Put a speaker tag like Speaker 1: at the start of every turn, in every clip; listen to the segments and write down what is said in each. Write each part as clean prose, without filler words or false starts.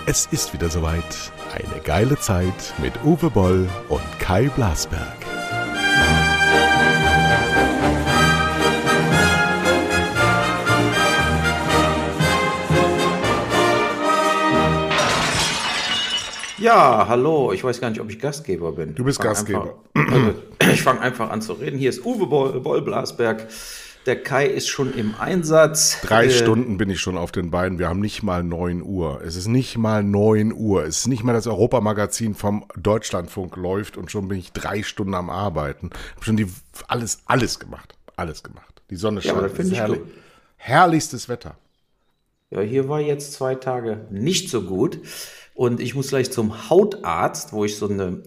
Speaker 1: Es ist wieder soweit. Eine geile Zeit mit Uwe Boll und Kai Blasberg.
Speaker 2: Ja, hallo, ich weiß gar nicht, ob ich Gastgeber bin.
Speaker 1: Du bist Gastgeber.
Speaker 2: Ich fange einfach an zu reden. Hier ist Uwe Boll Blasberg. Der Kai ist schon im Einsatz.
Speaker 1: 3 Stunden bin ich schon auf den Beinen. Wir haben nicht mal 9 Uhr. Es ist nicht mal 9 Uhr. Es ist nicht mal das Europamagazin vom Deutschlandfunk läuft und schon bin ich 3 Stunden am Arbeiten. Ich habe schon alles gemacht. Alles gemacht. Die Sonne scheint.
Speaker 2: Ja, aber das finde ich gut.
Speaker 1: Herrlichstes Wetter.
Speaker 2: Ja, hier war jetzt 2 Tage nicht so gut. Und ich muss gleich zum Hautarzt, wo ich so eine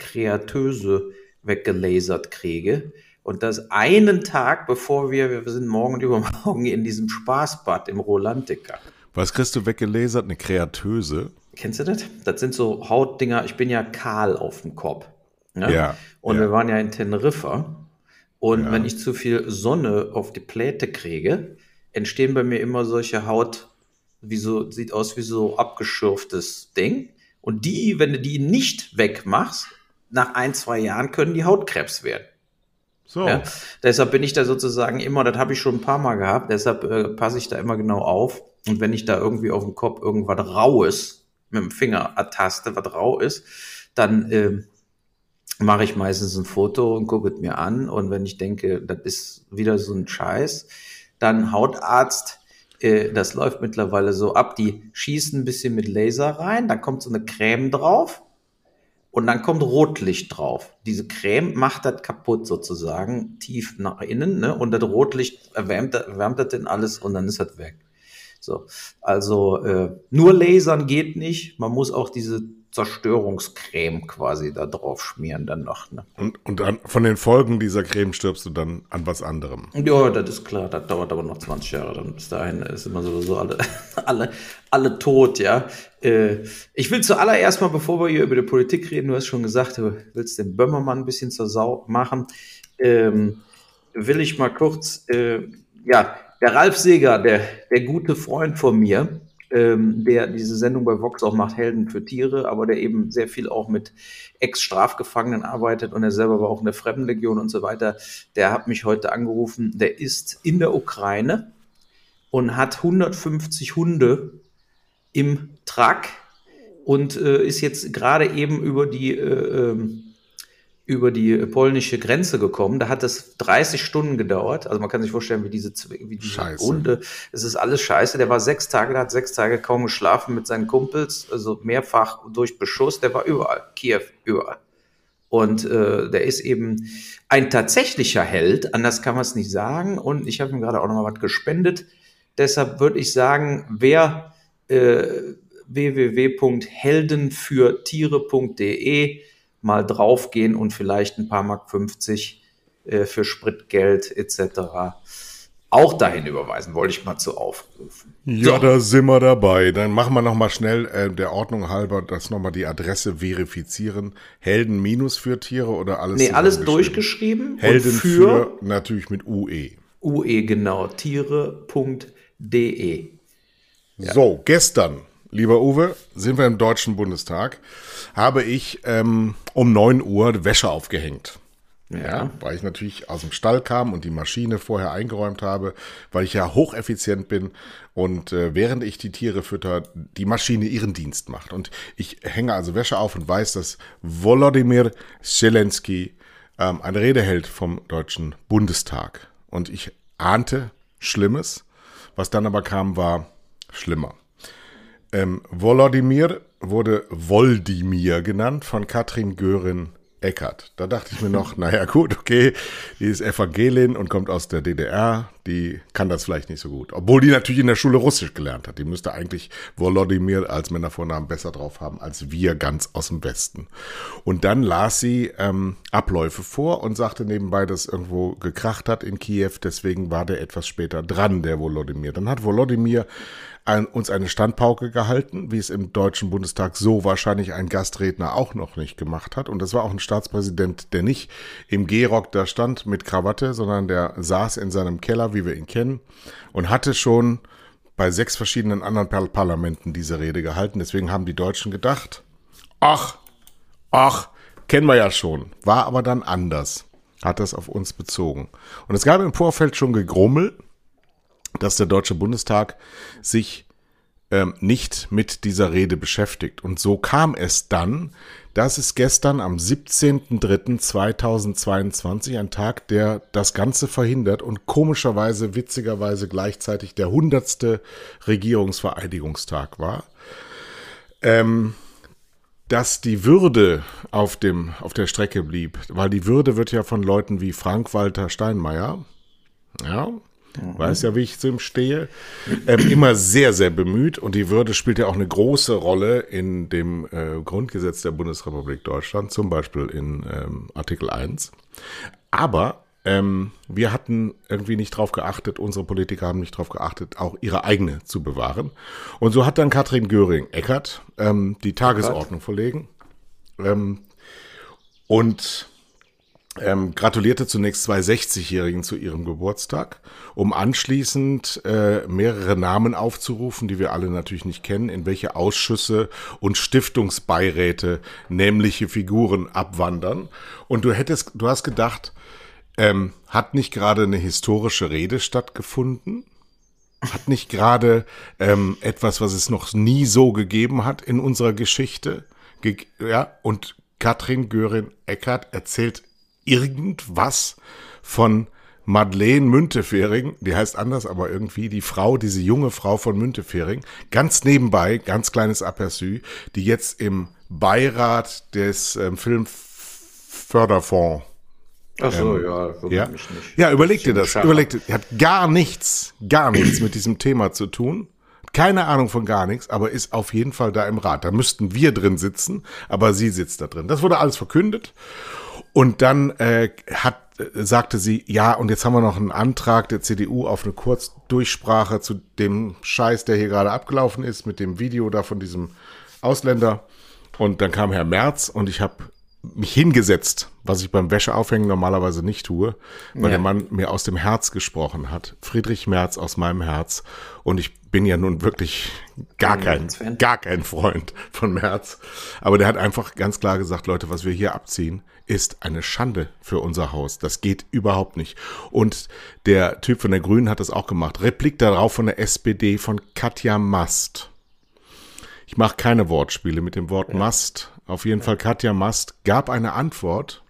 Speaker 2: Kreatöse weggelasert kriege. Und das einen Tag, bevor wir sind morgen und übermorgen in diesem Spaßbad im Rolantica.
Speaker 1: Was kriegst du weggelasert? Eine Kreatöse?
Speaker 2: Kennst du das? Das sind so Hautdinger. Ich bin ja kahl auf dem Kopf. Ne?
Speaker 1: Ja.
Speaker 2: Und
Speaker 1: ja.
Speaker 2: wir waren ja in Teneriffa. Und
Speaker 1: Ja.
Speaker 2: wenn ich zu viel Sonne auf die Pläte kriege, entstehen bei mir immer solche Haut, sieht aus wie so abgeschürftes Ding. Und wenn du die nicht wegmachst, nach 1-2 Jahren können die Hautkrebs werden.
Speaker 1: So.
Speaker 2: Ja? Deshalb bin ich da sozusagen immer, das habe ich schon ein paar Mal gehabt, deshalb passe ich da immer genau auf. Und wenn ich da irgendwie auf dem Kopf irgendwas Raues mit dem Finger ertaste, was rau ist, dann mache ich meistens ein Foto und gucke es mir an. Und wenn ich denke, das ist wieder so ein Scheiß, dann Hautarzt. Das läuft mittlerweile so ab, die schießen ein bisschen mit Laser rein, dann kommt so eine Creme drauf und dann kommt Rotlicht drauf. Diese Creme macht das kaputt sozusagen, tief nach innen, ne? Und das Rotlicht erwärmt das denn alles und dann ist das weg. So, also nur lasern geht nicht, man muss auch diese Zerstörungscreme quasi da drauf schmieren dann noch. Ne?
Speaker 1: Und von den Folgen dieser Creme stirbst du dann an was anderem.
Speaker 2: Ja, das ist klar, das dauert aber noch 20 Jahre, dann bis dahin ist immer sowieso alle tot, ja. Ich will zuallererst mal, bevor wir hier über die Politik reden, du hast schon gesagt, du willst den Böhmermann ein bisschen zur Sau machen, will ich mal kurz, der Ralf Seeger, der gute Freund von mir, der diese Sendung bei Vox auch macht, Helden für Tiere, aber der eben sehr viel auch mit Ex-Strafgefangenen arbeitet und er selber war auch in der Fremdenlegion und so weiter, der hat mich heute angerufen, der ist in der Ukraine und hat 150 Hunde im Truck und ist jetzt gerade eben über die polnische Grenze gekommen. Da hat es 30 Stunden gedauert. Also man kann sich vorstellen, wie diese Hunde, es ist alles scheiße. Der war 6 Tage, der hat 6 Tage kaum geschlafen mit seinen Kumpels, also mehrfach durch Beschuss. Der war überall, Kiew, überall. Und der ist eben ein tatsächlicher Held, anders kann man es nicht sagen. Und ich habe ihm gerade auch noch mal was gespendet. Deshalb würde ich sagen, wer www.heldenfürtiere.de mal draufgehen und vielleicht ein paar Mark 50 für Spritgeld etc. auch dahin überweisen, wollte ich mal zu aufrufen.
Speaker 1: Ja, so. Da sind wir dabei. Dann machen wir nochmal schnell der Ordnung halber, das nochmal die Adresse verifizieren. Helden minus für Tiere oder alles?
Speaker 2: Nee, alles durchgeschrieben.
Speaker 1: Helden für natürlich mit UE.
Speaker 2: UE, genau. Tiere.de.
Speaker 1: Ja. So, gestern, lieber Uwe, sind wir im Deutschen Bundestag, habe ich um 9 Uhr Wäsche aufgehängt. Ja, weil ich natürlich aus dem Stall kam und die Maschine vorher eingeräumt habe, weil ich ja hocheffizient bin und während ich die Tiere fütter, die Maschine ihren Dienst macht. Und ich hänge also Wäsche auf und weiß, dass Volodymyr Zelensky eine Rede hält vom Deutschen Bundestag. Und ich ahnte Schlimmes, was dann aber kam, war schlimmer. Volodymyr wurde Woldimir genannt von Katrin Göring-Eckardt. Da dachte ich mir noch, naja gut, okay, die ist Evangelin und kommt aus der DDR, die kann das vielleicht nicht so gut. Obwohl die natürlich in der Schule Russisch gelernt hat. Die müsste eigentlich Volodymyr als Männervornamen besser drauf haben als wir ganz aus dem Westen. Und dann las sie Abläufe vor und sagte nebenbei, dass irgendwo gekracht hat in Kiew, deswegen war der etwas später dran, der Volodymyr. Dann hat Volodymyr uns eine Standpauke gehalten, wie es im Deutschen Bundestag so wahrscheinlich ein Gastredner auch noch nicht gemacht hat. Und das war auch ein Staatspräsident, der nicht im Gehrock da stand mit Krawatte, sondern der saß in seinem Keller, wie wir ihn kennen, und hatte schon bei 6 verschiedenen anderen Parlamenten diese Rede gehalten. Deswegen haben die Deutschen gedacht, ach, kennen wir ja schon. War aber dann anders. Hat das auf uns bezogen. Und es gab im Vorfeld schon Gegrummel, dass der Deutsche Bundestag sich nicht mit dieser Rede beschäftigt. Und so kam es dann, dass es gestern am 17.03.2022, ein Tag, der das Ganze verhindert und komischerweise, witzigerweise gleichzeitig der 100. Regierungsvereidigungstag war, dass die Würde auf der Strecke blieb. Weil die Würde wird ja von Leuten wie Frank-Walter Steinmeier, ja, weiß ja, wie ich zu ihm stehe, immer sehr, sehr bemüht. Und die Würde spielt ja auch eine große Rolle in dem Grundgesetz der Bundesrepublik Deutschland, zum Beispiel in Artikel 1. Aber wir hatten irgendwie nicht drauf geachtet, unsere Politiker haben nicht drauf geachtet, auch ihre eigene zu bewahren. Und so hat dann Katrin Göring-Eckardt die Tagesordnung verlegen und gratulierte zunächst 2 60-Jährigen zu ihrem Geburtstag, um anschließend mehrere Namen aufzurufen, die wir alle natürlich nicht kennen, in welche Ausschüsse und Stiftungsbeiräte nämliche Figuren abwandern. Und du hast gedacht, hat nicht gerade eine historische Rede stattgefunden? Hat nicht gerade etwas, was es noch nie so gegeben hat in unserer Geschichte? Und Katrin Göring-Eckardt erzählt irgendwas von Madeleine Müntefering, die heißt anders, aber irgendwie die Frau, diese junge Frau von Müntefering, ganz nebenbei, ganz kleines Aperçu, die jetzt im Beirat des Filmförderfonds.
Speaker 2: Ach so, ja.
Speaker 1: Mich nicht. Ja, überleg dir das. Hat gar nichts mit diesem Thema zu tun. Keine Ahnung von gar nichts, aber ist auf jeden Fall da im Rat. Da müssten wir drin sitzen, aber sie sitzt da drin. Das wurde alles verkündet. Und dann sagte sie, ja, und jetzt haben wir noch einen Antrag der CDU auf eine Kurzdurchsprache zu dem Scheiß, der hier gerade abgelaufen ist, mit dem Video da von diesem Ausländer. Und dann kam Herr Merz und ich habe mich hingesetzt, was ich beim Wäscheaufhängen normalerweise nicht tue, weil der Mann mir aus dem Herz gesprochen hat. Friedrich Merz aus meinem Herz. Und ich bin ja nun wirklich gar kein Freund von Merz. Aber der hat einfach ganz klar gesagt, Leute, was wir hier abziehen, ist eine Schande für unser Haus. Das geht überhaupt nicht. Und der Typ von der Grünen hat das auch gemacht. Replik darauf von der SPD von Katja Mast. Ich mache keine Wortspiele mit dem Wort Mast. Auf jeden Fall Katja Mast gab eine Antwort,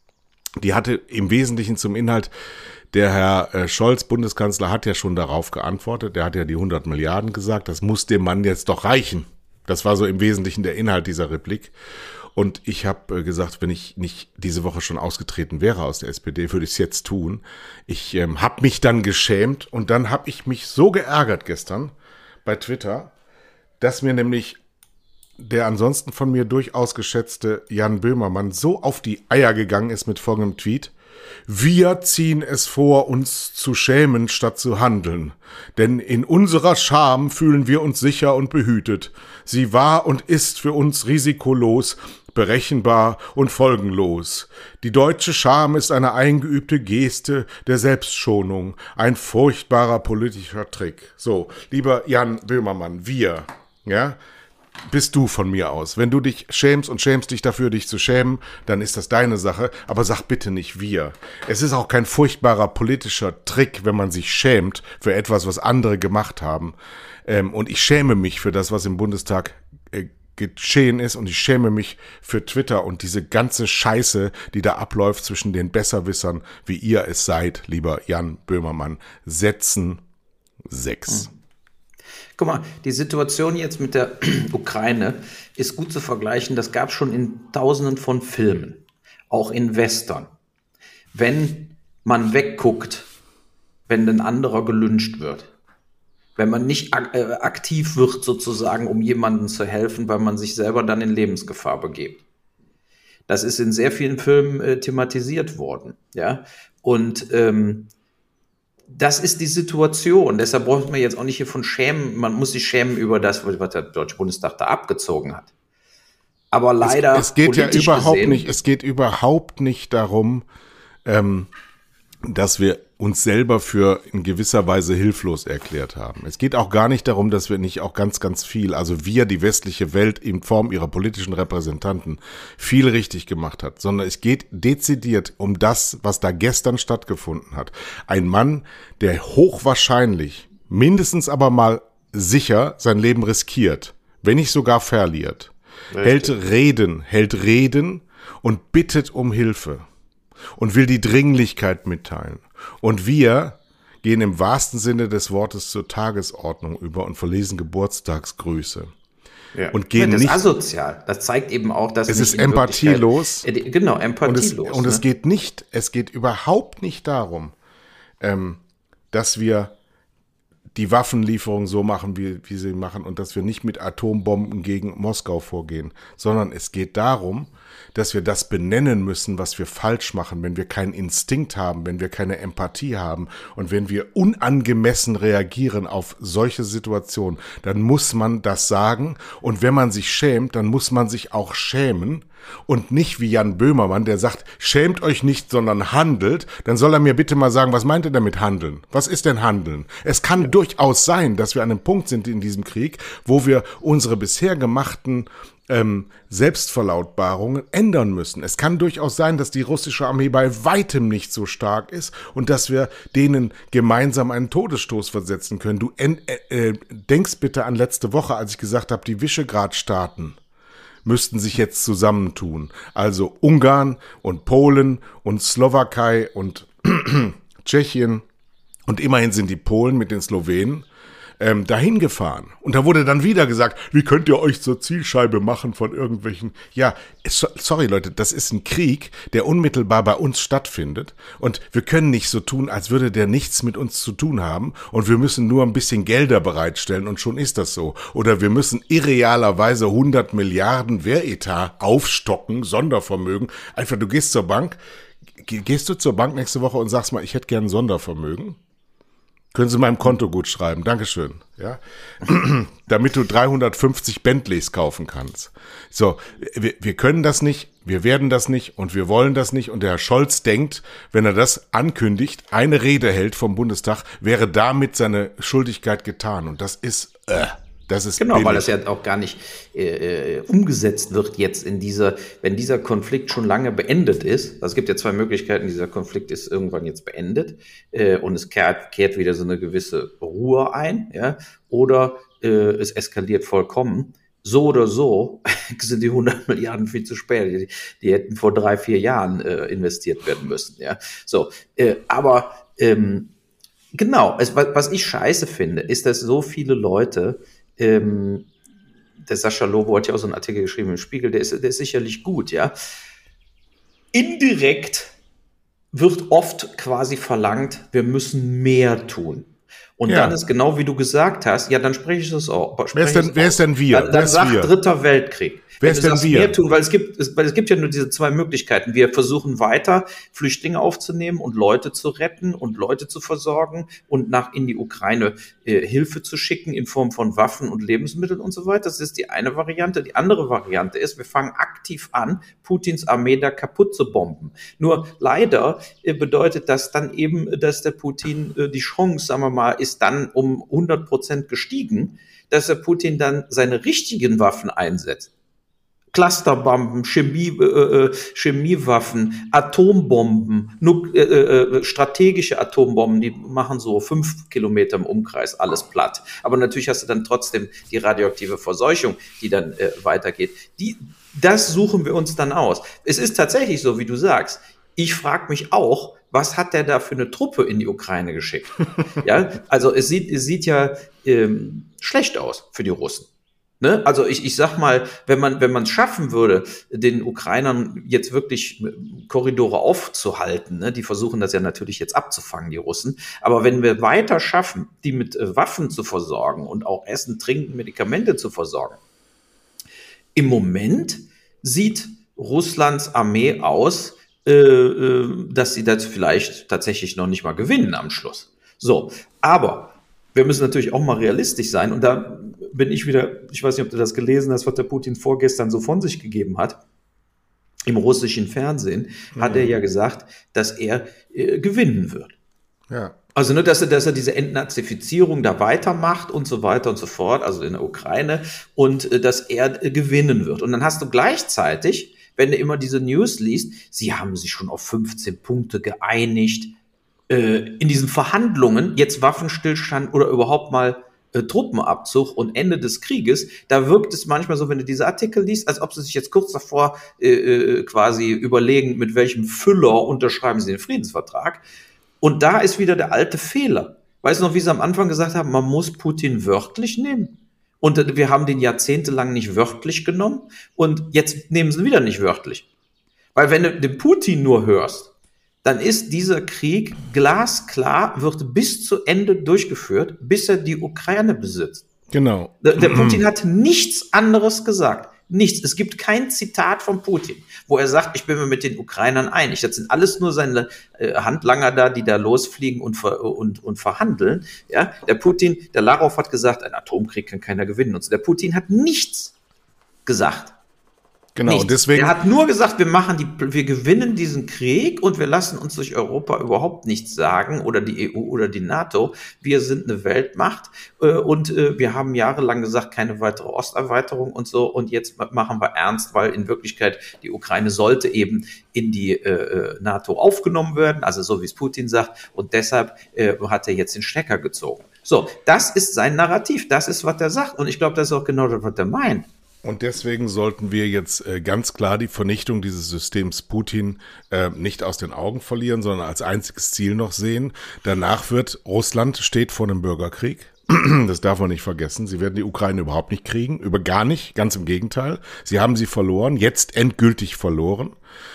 Speaker 1: die hatte im Wesentlichen zum Inhalt, der Herr Scholz, Bundeskanzler, hat ja schon darauf geantwortet, der hat ja die 100 Milliarden gesagt, das muss dem Mann jetzt doch reichen. Das war so im Wesentlichen der Inhalt dieser Replik. Und ich habe gesagt, wenn ich nicht diese Woche schon ausgetreten wäre aus der SPD, würde ich es jetzt tun. Ich habe mich dann geschämt und dann habe ich mich so geärgert gestern bei Twitter, dass mir nämlich der ansonsten von mir durchaus geschätzte Jan Böhmermann so auf die Eier gegangen ist mit folgendem Tweet: Wir ziehen es vor, uns zu schämen, statt zu handeln. Denn in unserer Scham fühlen wir uns sicher und behütet. Sie war und ist für uns risikolos, berechenbar und folgenlos. Die deutsche Scham ist eine eingeübte Geste der Selbstschonung, ein furchtbarer politischer Trick. So, lieber Jan Böhmermann, wir, ja, bist du von mir aus. Wenn du dich schämst und schämst dich dafür, dich zu schämen, dann ist das deine Sache, aber sag bitte nicht wir. Es ist auch kein furchtbarer politischer Trick, wenn man sich schämt für etwas, was andere gemacht haben. Und ich schäme mich für das, was im Bundestag geschehen ist, und ich schäme mich für Twitter und diese ganze Scheiße, die da abläuft zwischen den Besserwissern, wie ihr es seid, lieber Jan Böhmermann. Sätzen 6.
Speaker 2: Guck mal, die Situation jetzt mit der Ukraine ist gut zu vergleichen. Das gab es schon in Tausenden von Filmen, auch in Western. Wenn man wegguckt, wenn ein anderer gelyncht wird, wenn man nicht aktiv wird sozusagen, um jemandem zu helfen, weil man sich selber dann in Lebensgefahr begibt. Das ist in sehr vielen Filmen thematisiert worden, ja. Und das ist die Situation. Deshalb braucht man jetzt auch nicht hiervon schämen. Man muss sich schämen über das, was der Deutsche Bundestag da abgezogen hat. Aber leider
Speaker 1: es geht ja überhaupt nicht darum, dass wir uns selber für in gewisser Weise hilflos erklärt haben. Es geht auch gar nicht darum, dass wir nicht auch ganz, ganz viel, also wir, die westliche Welt in Form ihrer politischen Repräsentanten, viel richtig gemacht hat, sondern es geht dezidiert um das, was da gestern stattgefunden hat. Ein Mann, der hochwahrscheinlich, mindestens aber mal sicher sein Leben riskiert, wenn nicht sogar verliert, hält Reden und bittet um Hilfe. Und will die Dringlichkeit mitteilen. Und wir gehen im wahrsten Sinne des Wortes zur Tagesordnung über und verlesen Geburtstagsgrüße.
Speaker 2: Ja.
Speaker 1: Und gehen
Speaker 2: das
Speaker 1: nicht.
Speaker 2: Das ist asozial. Das zeigt eben auch, dass
Speaker 1: es ist empathielos.
Speaker 2: Genau, empathielos.
Speaker 1: Und es geht überhaupt nicht darum, dass wir die Waffenlieferung so machen, wie sie machen und dass wir nicht mit Atombomben gegen Moskau vorgehen, sondern es geht darum, dass wir das benennen müssen, was wir falsch machen, wenn wir keinen Instinkt haben, wenn wir keine Empathie haben und wenn wir unangemessen reagieren auf solche Situationen, dann muss man das sagen und wenn man sich schämt, dann muss man sich auch schämen und nicht wie Jan Böhmermann, der sagt, schämt euch nicht, sondern handelt, dann soll er mir bitte mal sagen, was meint er damit handeln? Was ist denn handeln? Es kann durchaus sein, dass wir an einem Punkt sind in diesem Krieg, wo wir unsere bisher gemachten Selbstverlautbarungen ändern müssen. Es kann durchaus sein, dass die russische Armee bei weitem nicht so stark ist und dass wir denen gemeinsam einen Todesstoß versetzen können. Du denkst bitte an letzte Woche, als ich gesagt habe, die Visegrad-Staaten müssten sich jetzt zusammentun. Also Ungarn und Polen und Slowakei und Tschechien und immerhin sind die Polen mit den Slowenen dahin gefahren. Und da wurde dann wieder gesagt, wie könnt ihr euch zur Zielscheibe machen von irgendwelchen... Ja, sorry Leute, das ist ein Krieg, der unmittelbar bei uns stattfindet. Und wir können nicht so tun, als würde der nichts mit uns zu tun haben. Und wir müssen nur ein bisschen Gelder bereitstellen und schon ist das so. Oder wir müssen irrealerweise 100 Milliarden Wehretat aufstocken, Sondervermögen. Einfach, du gehst zur Bank. Gehst du zur Bank nächste Woche und sagst mal, ich hätte gern ein Sondervermögen? Können Sie meinem Konto gut schreiben, Dankeschön, ja, damit du 350 Bentleys kaufen kannst. So, wir können das nicht, wir werden das nicht und wir wollen das nicht und der Herr Scholz denkt, wenn er das ankündigt, eine Rede hält vom Bundestag, wäre damit seine Schuldigkeit getan und das ist
Speaker 2: genau,
Speaker 1: billig.
Speaker 2: weil es ja auch gar nicht umgesetzt wird jetzt wenn dieser Konflikt schon lange beendet ist. Also es gibt ja zwei Möglichkeiten, dieser Konflikt ist irgendwann jetzt beendet und es kehrt wieder so eine gewisse Ruhe ein, ja, oder es eskaliert vollkommen. So oder so sind die 100 Milliarden viel zu spät. Die hätten vor 3-4 Jahren investiert werden müssen, ja. So, aber genau, was ich scheiße finde, ist, dass so viele Leute der Sascha Lobo hat ja auch so einen Artikel geschrieben im Spiegel, der ist sicherlich gut, ja. Indirekt wird oft quasi verlangt, wir müssen mehr tun. Und dann ist genau wie du gesagt hast, ja, dann spreche ich das auch.
Speaker 1: Wer ist denn wir?
Speaker 2: Dann sag Dritter Weltkrieg.
Speaker 1: Wer ist denn wir?
Speaker 2: Mehr tun, weil es gibt ja nur diese zwei Möglichkeiten. Wir versuchen weiter, Flüchtlinge aufzunehmen und Leute zu retten und Leute zu versorgen und in die Ukraine Hilfe zu schicken in Form von Waffen und Lebensmitteln und so weiter. Das ist die eine Variante. Die andere Variante ist, wir fangen aktiv an, Putins Armee da kaputt zu bomben. Nur leider bedeutet das dann eben, dass der Putin die Chance, sagen wir mal, ist dann um 100% gestiegen, dass der Putin dann seine richtigen Waffen einsetzt. Clusterbomben, Chemiewaffen, Atombomben, strategische Atombomben, die machen so 5 Kilometer im Umkreis alles platt. Aber natürlich hast du dann trotzdem die radioaktive Verseuchung, die dann weitergeht. Das suchen wir uns dann aus. Es ist tatsächlich so, wie du sagst. Ich frage mich auch, was hat der da für eine Truppe in die Ukraine geschickt? Ja, also es sieht ja schlecht aus für die Russen. Ne? Also ich sag mal, wenn man es schaffen würde, den Ukrainern jetzt wirklich Korridore aufzuhalten, ne? Die versuchen das ja natürlich jetzt abzufangen, die Russen, aber wenn wir weiter schaffen, die mit Waffen zu versorgen und auch Essen, Trinken, Medikamente zu versorgen, im Moment sieht Russlands Armee aus, dass sie das vielleicht tatsächlich noch nicht mal gewinnen am Schluss. So, aber wir müssen natürlich auch mal realistisch sein und da bin ich wieder, ich weiß nicht, ob du das gelesen hast, was der Putin vorgestern so von sich gegeben hat. im russischen Fernsehen, hat er ja gesagt, dass er gewinnen wird.
Speaker 1: Ja.
Speaker 2: Also nur, dass er diese Entnazifizierung da weitermacht und so weiter und so fort, also in der Ukraine, und dass er gewinnen wird. Und dann hast du gleichzeitig, wenn du immer diese News liest, sie haben sich schon auf 15 Punkte geeinigt, in diesen Verhandlungen, jetzt Waffenstillstand oder überhaupt mal Truppenabzug und Ende des Krieges, da wirkt es manchmal so, wenn du diese Artikel liest, als ob sie sich jetzt kurz davor quasi überlegen, mit welchem Füller unterschreiben sie den Friedensvertrag. Und da ist wieder der alte Fehler. Weißt du noch, wie sie am Anfang gesagt haben, man muss Putin wörtlich nehmen? Und wir haben den jahrzehntelang nicht wörtlich genommen und jetzt nehmen sie ihn wieder nicht wörtlich. Weil wenn du den Putin nur hörst, dann ist dieser Krieg glasklar, wird bis zu Ende durchgeführt, bis er die Ukraine besitzt.
Speaker 1: Genau.
Speaker 2: Der Putin hat nichts anderes gesagt. Nichts. Es gibt kein Zitat von Putin, wo er sagt, ich bin mir mit den Ukrainern einig. Das sind alles nur seine Handlanger da, die da losfliegen und verhandeln. Ja, der Putin, der Lavrov hat gesagt, ein Atomkrieg kann keiner gewinnen. Und so. Der Putin hat nichts gesagt.
Speaker 1: Genau,
Speaker 2: Nichts.
Speaker 1: und deswegen.
Speaker 2: Er hat nur gesagt, wir gewinnen diesen Krieg und wir lassen uns durch Europa überhaupt nichts sagen oder die EU oder die NATO. Wir sind eine Weltmacht und wir haben jahrelang gesagt, keine weitere Osterweiterung und so. Und jetzt machen wir ernst, weil in Wirklichkeit die Ukraine sollte eben in die NATO aufgenommen werden, also so wie es Putin sagt. Und deshalb hat er jetzt den Stecker gezogen. So, das ist sein Narrativ. Das ist, was er sagt. Und ich glaube, das ist auch genau das, was er meint.
Speaker 1: Und deswegen sollten wir jetzt ganz klar die Vernichtung dieses Systems Putin nicht aus den Augen verlieren, sondern als einziges Ziel noch sehen. Danach Russland steht vor einem Bürgerkrieg. Das darf man nicht vergessen. Sie werden die Ukraine überhaupt nicht kriegen, gar nicht, ganz im Gegenteil. Sie haben sie verloren, jetzt endgültig verloren.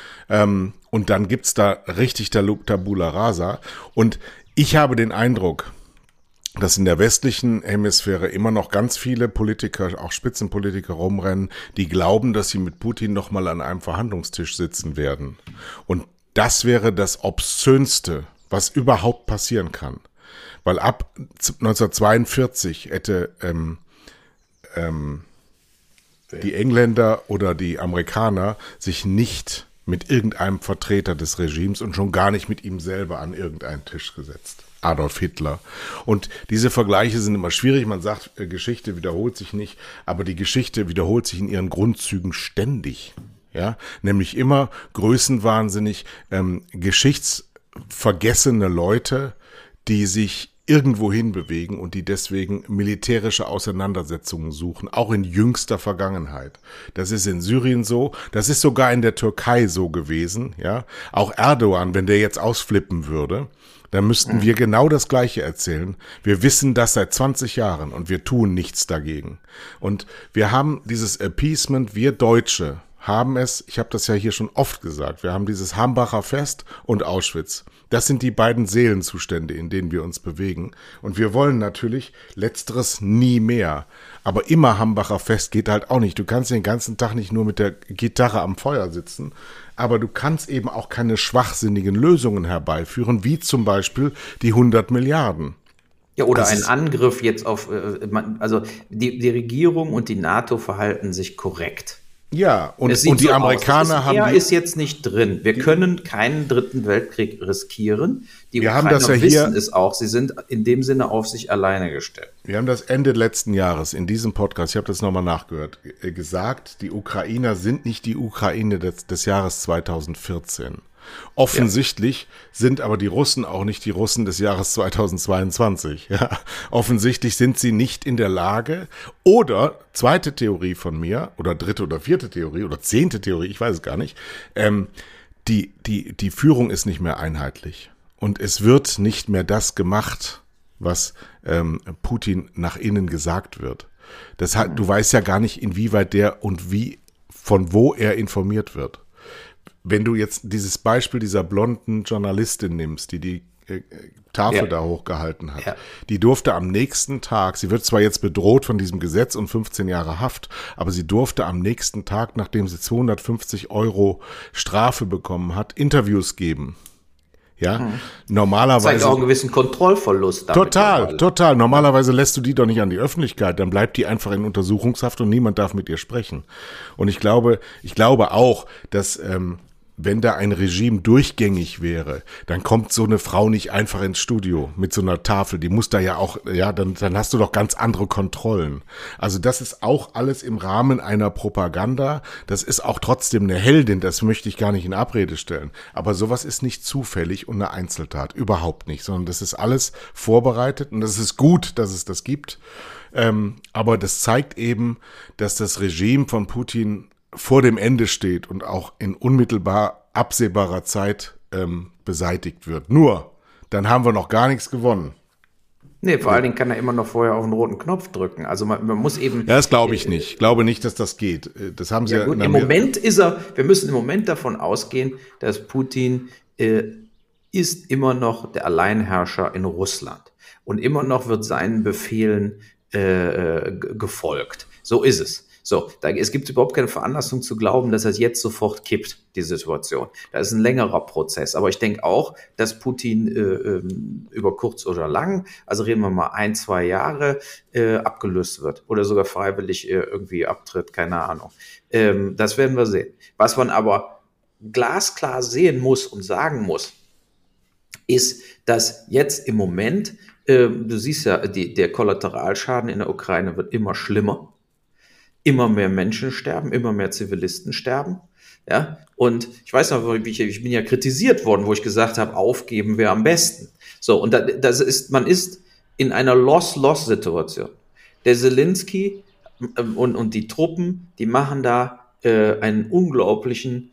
Speaker 1: Und dann gibt's da richtig Tabula Rasa. Und ich habe den Eindruck, dass in der westlichen Hemisphäre immer noch ganz viele Politiker, auch Spitzenpolitiker rumrennen, die glauben, dass sie mit Putin noch mal an einem Verhandlungstisch sitzen werden. Und das wäre das Obszönste, was überhaupt passieren kann. Weil ab 1942 hätte die Engländer oder die Amerikaner sich nicht mit irgendeinem Vertreter des Regimes und schon gar nicht mit ihm selber an irgendeinen Tisch gesetzt. Adolf Hitler. Und diese Vergleiche sind immer schwierig. Man sagt, Geschichte wiederholt sich nicht, aber die Geschichte wiederholt sich in ihren Grundzügen ständig. Ja, nämlich immer größenwahnsinnig, geschichtsvergessene Leute, die sich irgendwo hin bewegen und die deswegen militärische Auseinandersetzungen suchen, auch in jüngster Vergangenheit. Das ist in Syrien so, das ist sogar in der Türkei so gewesen, ja. Auch Erdogan, wenn der jetzt ausflippen würde, dann müssten wir genau das Gleiche erzählen. Wir wissen das seit 20 Jahren und wir tun nichts dagegen. Und wir haben dieses Appeasement, wir Deutsche haben es, ich habe das ja hier schon oft gesagt, wir haben dieses Hambacher Fest und Auschwitz. Das sind die beiden Seelenzustände, in denen wir uns bewegen. Und wir wollen natürlich Letzteres nie mehr. Aber immer Hambacher Fest geht halt auch nicht. Du kannst den ganzen Tag nicht nur mit der Gitarre am Feuer sitzen, aber du kannst eben auch keine schwachsinnigen Lösungen herbeiführen, wie zum Beispiel die 100 Milliarden.
Speaker 2: Ja, oder ein Angriff jetzt auf, also die Regierung und die NATO verhalten sich korrekt.
Speaker 1: Ja, und die Amerikaner haben.
Speaker 2: Er ist jetzt nicht drin. Wir können keinen dritten Weltkrieg riskieren. Die
Speaker 1: Ukrainer
Speaker 2: wissen es auch. Sie sind in dem Sinne auf sich alleine gestellt.
Speaker 1: Wir haben das Ende letzten Jahres in diesem Podcast, ich habe das nochmal nachgehört, gesagt, die Ukrainer sind nicht die Ukraine des Jahres 2014. Offensichtlich sind aber die Russen auch nicht die Russen des Jahres 2022. Ja. Offensichtlich sind sie nicht in der Lage, oder zweite Theorie von mir, oder dritte oder vierte Theorie, oder 10. Theorie, ich weiß es gar nicht, die Führung ist nicht mehr einheitlich. Und es wird nicht mehr das gemacht, was Putin nach innen gesagt wird. Das hat, du weißt ja gar nicht, inwieweit der und wie, von wo er informiert wird. Wenn du jetzt dieses Beispiel dieser blonden Journalistin nimmst, die Tafel da hochgehalten hat, die durfte am nächsten Tag, sie wird zwar jetzt bedroht von diesem Gesetz und 15 Jahre Haft, aber sie durfte am nächsten Tag, nachdem sie 250 € Strafe bekommen hat, Interviews geben. Ja, normalerweise.
Speaker 2: Zeigt auch einen gewissen Kontrollverlust.
Speaker 1: Total. Normalerweise lässt du die doch nicht an die Öffentlichkeit. Dann bleibt die einfach in Untersuchungshaft und niemand darf mit ihr sprechen. Und ich glaube auch, dass, wenn da ein Regime durchgängig wäre, dann kommt so eine Frau nicht einfach ins Studio mit so einer Tafel. Die muss da ja auch, dann hast du doch ganz andere Kontrollen. Also das ist auch alles im Rahmen einer Propaganda. Das ist auch trotzdem eine Heldin. Das möchte ich gar nicht in Abrede stellen. Aber sowas ist nicht zufällig und eine Einzeltat. Überhaupt nicht. Sondern das ist alles vorbereitet und das ist gut, dass es das gibt. Aber das zeigt eben, dass das Regime von Putin vor dem Ende steht und auch in unmittelbar absehbarer Zeit beseitigt wird. Nur, dann haben wir noch gar nichts gewonnen.
Speaker 2: Nee, vor allen Dingen kann er immer noch vorher auf den roten Knopf drücken. Also man muss eben...
Speaker 1: Ja, das glaube ich nicht. Ich glaube nicht, dass das geht. Das haben sie ja
Speaker 2: gut, im Moment wir müssen im Moment davon ausgehen, dass Putin ist immer noch der Alleinherrscher in Russland. Und immer noch wird seinen Befehlen gefolgt. So ist es. So, es gibt überhaupt keine Veranlassung zu glauben, dass das jetzt sofort kippt, die Situation. Da ist ein längerer Prozess. Aber ich denke auch, dass Putin über kurz oder lang, also reden wir mal 1-2 Jahre, abgelöst wird oder sogar freiwillig irgendwie abtritt, keine Ahnung. Das werden wir sehen. Was man aber glasklar sehen muss und sagen muss, ist, dass jetzt im Moment, du siehst ja, der Kollateralschaden in der Ukraine wird immer schlimmer. Immer mehr Menschen sterben, immer mehr Zivilisten sterben. Ja, und ich weiß noch, ich bin ja kritisiert worden, wo ich gesagt habe, aufgeben wäre am besten. So, und man ist in einer Loss-Loss-Situation. Der Zelensky und die Truppen, die machen da einen unglaublichen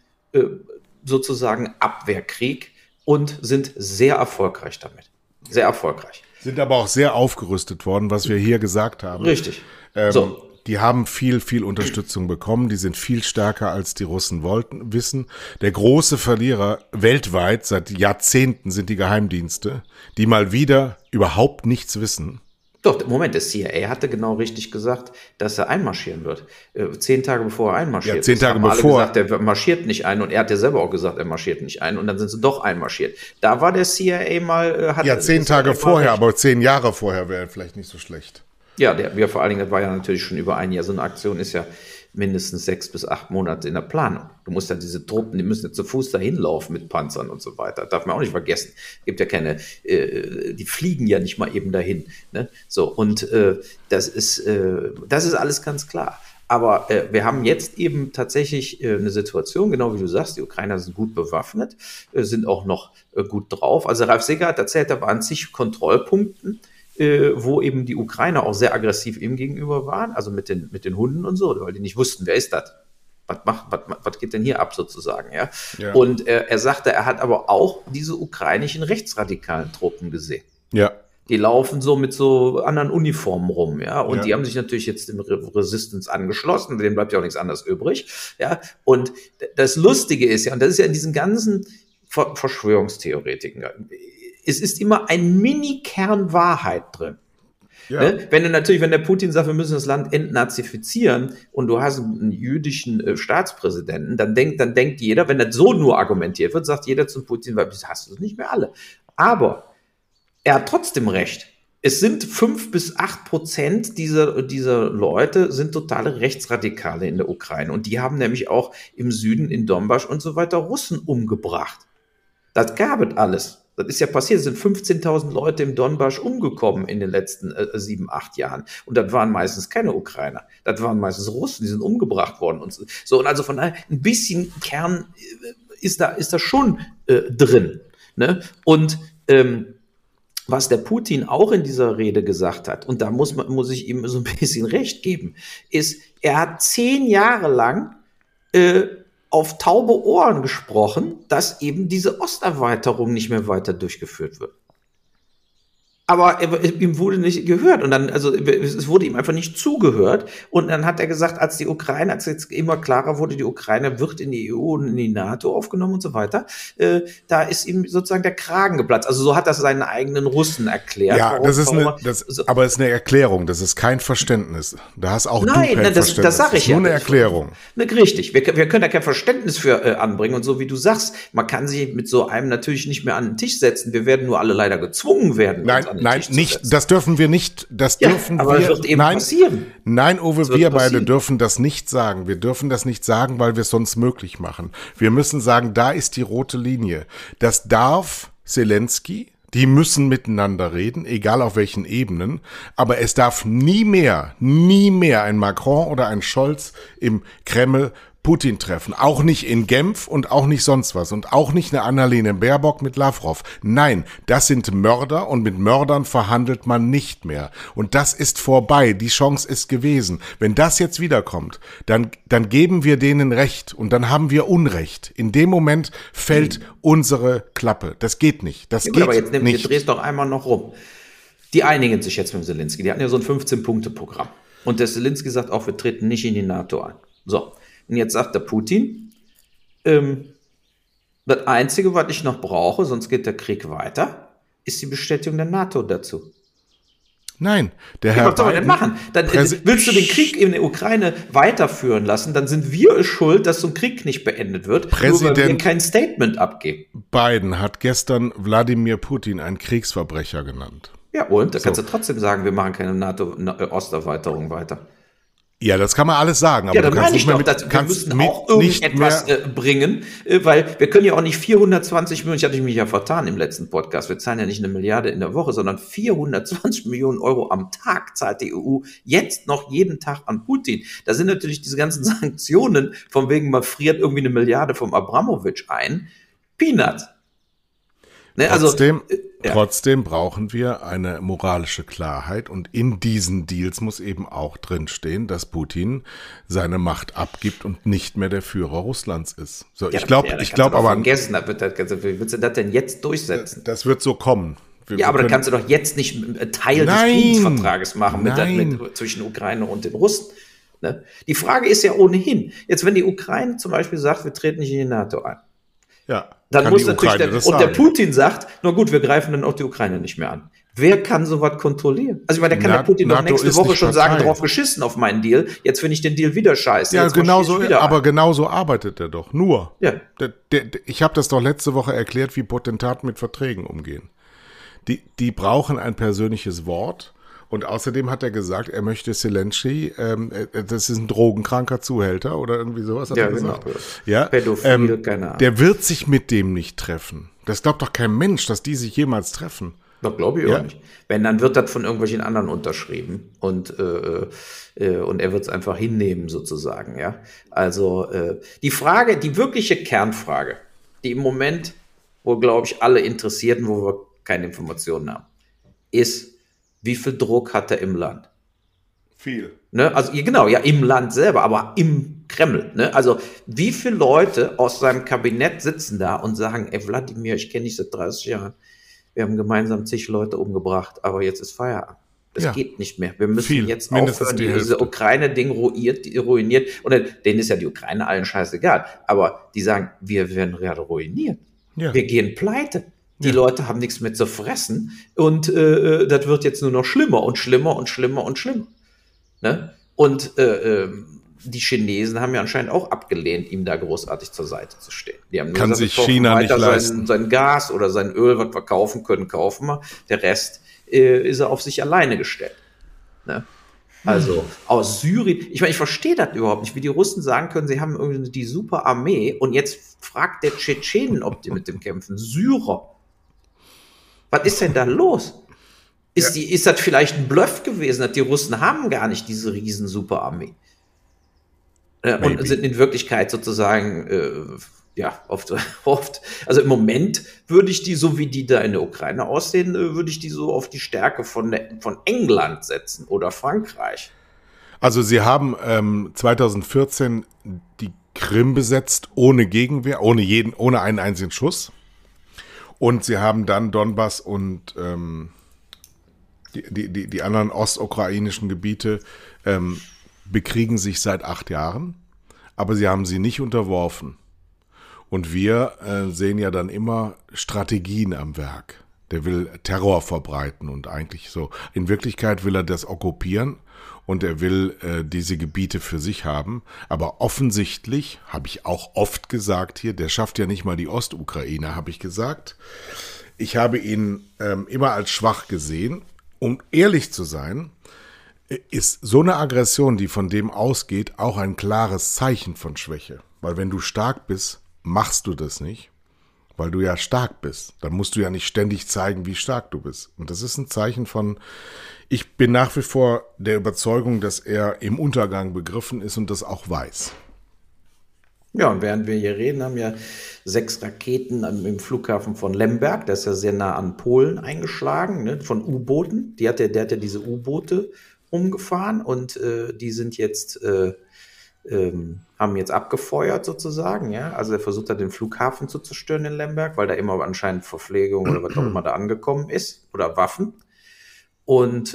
Speaker 2: sozusagen Abwehrkrieg und sind sehr erfolgreich damit. Sehr erfolgreich.
Speaker 1: Sind aber auch sehr aufgerüstet worden, was wir hier gesagt haben.
Speaker 2: Richtig.
Speaker 1: Die haben viel Unterstützung bekommen. Die sind viel stärker, als die Russen wissen. Der große Verlierer weltweit seit Jahrzehnten sind die Geheimdienste, die mal wieder überhaupt nichts wissen.
Speaker 2: Doch, Moment, der CIA hatte genau richtig gesagt, dass er einmarschieren wird. 10 Tage bevor er einmarschiert.
Speaker 1: Ja, 10 Tage bevor.
Speaker 2: Alle gesagt, er marschiert nicht ein und er hat ja selber auch gesagt, er marschiert nicht ein und dann sind sie doch einmarschiert. Da war der CIA mal...
Speaker 1: 10 Tage vorher, aber 10 Jahre vorher wäre vielleicht nicht so schlecht.
Speaker 2: Ja, vor allen Dingen, das war ja natürlich schon über ein Jahr. So eine Aktion ist ja mindestens 6 bis 8 Monate in der Planung. Du musst ja diese Truppen, die müssen ja zu Fuß dahin laufen mit Panzern und so weiter. Darf man auch nicht vergessen. Es gibt ja keine, die fliegen ja nicht mal eben dahin. Ne? So, und das ist alles ganz klar. Aber wir haben jetzt eben tatsächlich eine Situation, genau wie du sagst, die Ukrainer sind gut bewaffnet, sind auch noch gut drauf. Also Ralf Seeger hat erzählt, da waren zig Kontrollpunkten, wo eben die Ukrainer auch sehr aggressiv ihm gegenüber waren, also mit den Hunden und so, weil die nicht wussten, wer ist das? Was geht denn hier ab sozusagen, ja? Ja. Und er sagte, er hat aber auch diese ukrainischen rechtsradikalen Truppen gesehen.
Speaker 1: Ja.
Speaker 2: Die laufen so mit so anderen Uniformen rum, ja, und die haben sich natürlich jetzt dem Resistance angeschlossen, denen bleibt ja auch nichts anderes übrig, ja, und das Lustige ist ja, und das ist ja in diesen ganzen Verschwörungstheoretiken, es ist immer ein Mini-Kern Wahrheit drin. Ja. Ne? Wenn der Putin sagt, wir müssen das Land entnazifizieren und du hast einen jüdischen Staatspräsidenten, dann denkt jeder, wenn das so nur argumentiert wird, sagt jeder zum Putin, weil hast du das nicht mehr alle. Aber er hat trotzdem recht. Es sind 5-8% dieser Leute sind totale Rechtsradikale in der Ukraine. Und die haben nämlich auch im Süden, in Donbass und so weiter, Russen umgebracht. Das gab es alles. Das ist ja passiert. Es sind 15.000 Leute im Donbass umgekommen in den letzten 7-8 Jahren. Und das waren meistens keine Ukrainer. Das waren meistens Russen, die sind umgebracht worden. Und so. Und also von daher, ein bisschen Kern ist da schon drin. Ne? Und was der Putin auch in dieser Rede gesagt hat, und da muss ich ihm so ein bisschen recht geben, ist, er hat 10 Jahre lang auf taube Ohren gesprochen, dass eben diese Osterweiterung nicht mehr weiter durchgeführt wird. aber ihm wurde nicht gehört und dann, also es wurde ihm einfach nicht zugehört und dann hat er gesagt, als jetzt immer klarer wurde, die Ukraine wird in die EU und in die NATO aufgenommen und so weiter, da ist ihm sozusagen der Kragen geplatzt. Also so hat das seinen eigenen Russen erklärt.
Speaker 1: Ja, aber es ist eine Erklärung, das ist kein Verständnis. Da hast auch du kein Verständnis.
Speaker 2: Das sage ich
Speaker 1: ja. Nur eine Erklärung.
Speaker 2: Richtig, wir können da kein Verständnis für anbringen und so wie du sagst, man kann sich mit so einem natürlich nicht mehr an den Tisch setzen. Wir werden nur alle leider gezwungen werden.
Speaker 1: Nein, nicht. Das dürfen wir nicht. Das dürfen
Speaker 2: aber
Speaker 1: wir.
Speaker 2: Das wird eben passieren.
Speaker 1: Nein, Uwe, wir beide dürfen das nicht sagen. Wir dürfen das nicht sagen, weil wir es sonst möglich machen. Wir müssen sagen, da ist die rote Linie. Das darf Zelensky. Die müssen miteinander reden, egal auf welchen Ebenen. Aber es darf nie mehr ein Macron oder ein Scholz im Kreml Putin treffen. Auch nicht in Genf und auch nicht sonst was. Und auch nicht eine Annalena Baerbock mit Lavrov. Nein, das sind Mörder und mit Mördern verhandelt man nicht mehr. Und das ist vorbei. Die Chance ist gewesen. Wenn das jetzt wiederkommt, dann geben wir denen Recht und dann haben wir Unrecht. In dem Moment fällt unsere Klappe. Das geht nicht. Das geht
Speaker 2: aber jetzt
Speaker 1: nicht.
Speaker 2: Drehst doch einmal noch rum. Die einigen sich jetzt mit Zelensky. Die hatten ja so ein 15-Punkte-Programm. Und der Zelensky sagt auch, wir treten nicht in die NATO ein. So. Und jetzt sagt der Putin, das Einzige, was ich noch brauche, sonst geht der Krieg weiter, ist die Bestätigung der NATO dazu.
Speaker 1: Nein, der Herr
Speaker 2: was soll man denn machen? Dann willst du den Krieg in der Ukraine weiterführen lassen, dann sind wir es schuld, dass so ein Krieg nicht beendet wird, nur weil wir kein Statement abgeben.
Speaker 1: Biden hat gestern Wladimir Putin einen Kriegsverbrecher genannt.
Speaker 2: Ja, und da kannst du trotzdem sagen, wir machen keine NATO-Osterweiterung weiter.
Speaker 1: Ja, das kann man alles sagen, aber
Speaker 2: ja, dann meine ich doch, wir müssen auch irgendetwas bringen, weil wir können ja auch nicht 420 Millionen, ich hatte mich ja vertan im letzten Podcast, wir zahlen ja nicht 1 Milliarde in der Woche, sondern 420 Millionen Euro am Tag zahlt die EU jetzt noch jeden Tag an Putin. Da sind natürlich diese ganzen Sanktionen, von wegen man friert irgendwie 1 Milliarde vom Abramowitsch ein, Peanuts. Ne,
Speaker 1: Trotzdem brauchen wir eine moralische Klarheit und in diesen Deals muss eben auch drinstehen, dass Putin seine Macht abgibt und nicht mehr der Führer Russlands ist. So, ja, ich glaube aber
Speaker 2: vergessen, wie willst du das denn jetzt durchsetzen?
Speaker 1: Das wird so kommen.
Speaker 2: Aber dann kannst du doch jetzt nicht Teil des Friedensvertrages machen zwischen Ukraine und den Russen. Ne? Die Frage ist ja ohnehin, jetzt wenn die Ukraine zum Beispiel sagt, wir treten nicht in die NATO ein.
Speaker 1: Ja,
Speaker 2: dann muss natürlich der Putin sagt, na gut, wir greifen dann auch die Ukraine nicht mehr an. Wer kann sowas kontrollieren? Also ich meine, da kann der Putin doch nächste Woche schon sagen, drauf geschissen auf meinen Deal, jetzt finde ich den Deal wieder scheiße.
Speaker 1: Ja, genauso arbeitet er doch. Nur, ich habe das doch letzte Woche erklärt, wie Potentaten mit Verträgen umgehen. Die brauchen ein persönliches Wort. Und außerdem hat er gesagt, er möchte Zelensky, das ist ein drogenkranker Zuhälter oder irgendwie sowas, hat er gesagt.
Speaker 2: Genau.
Speaker 1: Ja,
Speaker 2: Pädophil, keine Ahnung.
Speaker 1: Der wird sich mit dem nicht treffen. Das glaubt doch kein Mensch, dass die sich jemals treffen.
Speaker 2: Das glaube ich auch nicht. Wenn, dann wird das von irgendwelchen anderen unterschrieben und er wird es einfach hinnehmen sozusagen. Ja, also die wirkliche Kernfrage, die im Moment, wo glaube ich alle Interessierten, wo wir keine Informationen haben, ist: Wie viel Druck hat er im Land?
Speaker 1: Viel.
Speaker 2: Ne? Also genau, ja, im Land selber, aber im Kreml. Ne? Also wie viele Leute aus seinem Kabinett sitzen da und sagen, ey Wladimir, ich kenne dich seit 30 Jahren, wir haben gemeinsam zig Leute umgebracht, aber jetzt ist Feierabend. Das geht nicht mehr. Wir müssen jetzt aufhören, diese Ukraine-Ding ruiniert. Und denen ist ja die Ukraine allen scheißegal. Aber die sagen, wir werden gerade ruiniert. Ja. Wir gehen pleite. Die Leute haben nichts mehr zu fressen und das wird jetzt nur noch schlimmer und schlimmer und schlimmer und schlimmer. Ne? Und die Chinesen haben ja anscheinend auch abgelehnt, ihm da großartig zur Seite zu stehen. Die haben
Speaker 1: Kann sich China nicht leisten.
Speaker 2: Sein Gas oder sein Öl, was wir kaufen können, kaufen wir. Der Rest ist er auf sich alleine gestellt. Ne? Also aus Syrien, ich meine, ich verstehe das überhaupt nicht, wie die Russen sagen können, sie haben irgendwie die super Armee und jetzt fragt der Tschetschenen, ob die mit dem kämpfen. Syrer. Was ist denn da los? Ist das vielleicht ein Bluff gewesen, dass die Russen haben gar nicht diese riesen Superarmee? Und sind in Wirklichkeit sozusagen, oft, also im Moment würde ich die, so wie die da in der Ukraine aussehen, würde ich die so auf die Stärke von England setzen oder Frankreich.
Speaker 1: Also sie haben 2014 die Krim besetzt, ohne Gegenwehr, ohne einen einzigen Schuss. Und sie haben dann Donbass und Die anderen ostukrainischen Gebiete bekriegen sich seit 8 Jahren, aber sie haben sie nicht unterworfen. Und wir sehen ja dann immer Strategien am Werk. Der will Terror verbreiten und eigentlich so. In Wirklichkeit will er das okkupieren und er will diese Gebiete für sich haben. Aber offensichtlich, habe ich auch oft gesagt hier, der schafft ja nicht mal die Ostukraine, habe ich gesagt. Ich habe ihn immer als schwach gesehen. Um ehrlich zu sein, ist so eine Aggression, die von dem ausgeht, auch ein klares Zeichen von Schwäche. Weil wenn du stark bist, machst du das nicht, weil du ja stark bist. Dann musst du ja nicht ständig zeigen, wie stark du bist. Und das ist ein Zeichen von, ich bin nach wie vor der Überzeugung, dass er im Untergang begriffen ist und das auch weiß.
Speaker 2: Ja, und während wir hier reden, haben ja 6 Raketen im Flughafen von Lemberg, das ist ja sehr nah an Polen, eingeschlagen, ne, von U-Booten. Der hat ja diese U-Boote umgefahren und die sind jetzt haben jetzt abgefeuert sozusagen, ja. Also er versucht hat, den Flughafen zu zerstören in Lemberg, weil da immer anscheinend Verpflegung oder was auch immer da angekommen ist oder Waffen. Und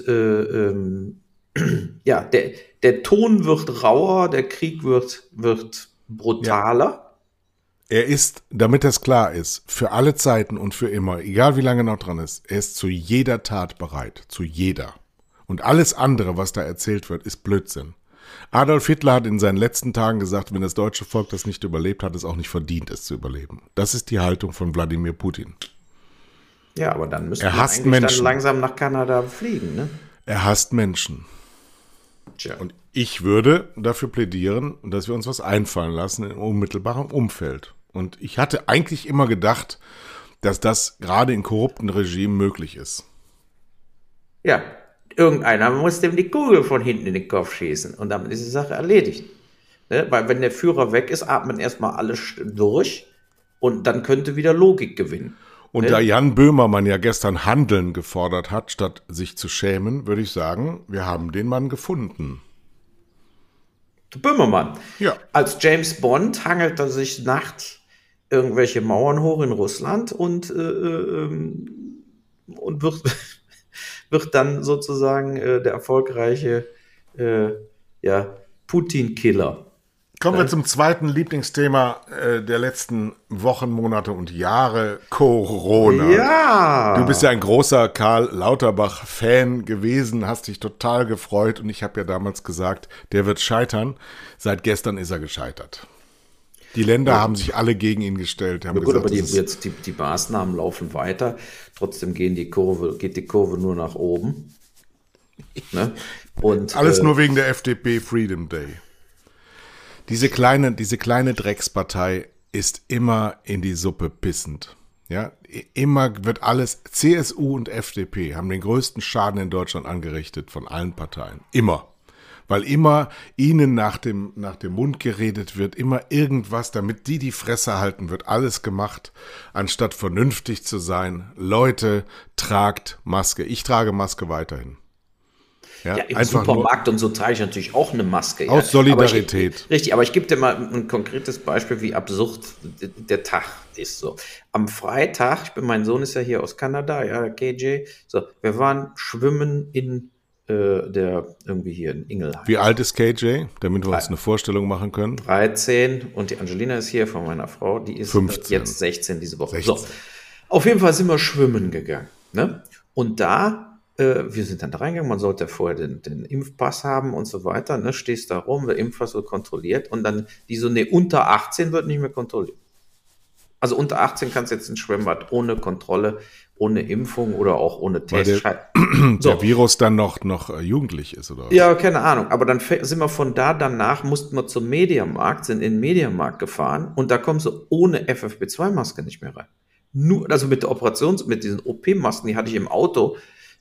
Speaker 2: ja, der Ton wird rauer, der Krieg wird brutaler.
Speaker 1: Ja. Er ist, damit das klar ist, für alle Zeiten und für immer, egal wie lange noch dran ist, er ist zu jeder Tat bereit, zu jeder. Und alles andere, was da erzählt wird, ist Blödsinn. Adolf Hitler hat in seinen letzten Tagen gesagt, wenn das deutsche Volk das nicht überlebt, hat es auch nicht verdient, es zu überleben. Das ist die Haltung von Wladimir Putin.
Speaker 2: Ja, aber dann müssen
Speaker 1: wir
Speaker 2: eigentlich
Speaker 1: Menschen.
Speaker 2: Dann langsam nach Kanada fliegen, ne?
Speaker 1: Er hasst Menschen. Tja. Und ich würde dafür plädieren, dass wir uns was einfallen lassen in unmittelbarem Umfeld. Und ich hatte eigentlich immer gedacht, dass das gerade in korrupten Regimen möglich ist.
Speaker 2: Ja, irgendeiner muss dem die Kugel von hinten in den Kopf schießen und damit ist die Sache erledigt. Ne? Weil wenn der Führer weg ist, atmen erstmal alle durch und dann könnte wieder Logik gewinnen.
Speaker 1: Und ne? Da Jan Böhmermann ja gestern Handeln gefordert hat, statt sich zu schämen, würde ich sagen, wir haben den Mann gefunden.
Speaker 2: Böhmermann.
Speaker 1: Ja.
Speaker 2: Als James Bond hangelt er sich nachts irgendwelche Mauern hoch in Russland und wird dann sozusagen der erfolgreiche Putin-Killer.
Speaker 1: Kommen wir zum zweiten Lieblingsthema der letzten Wochen, Monate und Jahre, Corona.
Speaker 2: Ja!
Speaker 1: Du bist ja ein großer Karl Lauterbach-Fan gewesen, hast dich total gefreut und ich habe ja damals gesagt, der wird scheitern. Seit gestern ist er gescheitert. Die Länder haben sich alle gegen ihn gestellt. Haben
Speaker 2: gut,
Speaker 1: gesagt,
Speaker 2: aber die Maßnahmen laufen weiter. Trotzdem geht die Kurve nur nach oben. Ne? Und,
Speaker 1: alles nur wegen der FDP Freedom Day. Diese kleine Dreckspartei ist immer in die Suppe pissend. Ja, immer wird alles, CSU und FDP haben den größten Schaden in Deutschland angerichtet von allen Parteien. Immer. Weil immer ihnen nach dem Mund geredet wird, immer irgendwas, damit die Fresse halten, wird alles gemacht, anstatt vernünftig zu sein. Leute, tragt Maske. Ich trage Maske weiterhin.
Speaker 2: Ja, im Supermarkt und so trage ich natürlich auch eine Maske.
Speaker 1: Aus Solidarität.
Speaker 2: Richtig, aber ich gebe dir mal ein konkretes Beispiel, wie absurd der Tag ist. So. Am Freitag, mein Sohn ist ja hier aus Kanada, ja, KJ, so, wir waren schwimmen in irgendwie hier in Ingelheim.
Speaker 1: Wie alt ist KJ, damit wir uns eine Vorstellung machen können?
Speaker 2: 13 und die Angelina ist hier von meiner Frau, die ist
Speaker 1: 15.
Speaker 2: Jetzt 16 diese Woche.
Speaker 1: 16.
Speaker 2: So. Auf jeden Fall sind wir schwimmen gegangen. Ne? Und da, wir sind dann da reingegangen, man sollte vorher den Impfpass haben und so weiter. Ne? Stehst da rum, der Impfpass wird kontrolliert und dann unter 18 wird nicht mehr kontrolliert. Also unter 18 kannst du jetzt ins Schwimmbad ohne Kontrolle, ohne Impfung oder auch ohne Test.
Speaker 1: Der Virus dann noch jugendlich ist, oder was?
Speaker 2: Ja, keine Ahnung. Aber dann sind wir von danach mussten wir zum Mediamarkt, sind in den Mediamarkt gefahren und da kommst du ohne FFP2-Maske nicht mehr rein. Also mit der mit diesen OP-Masken, die hatte ich im Auto.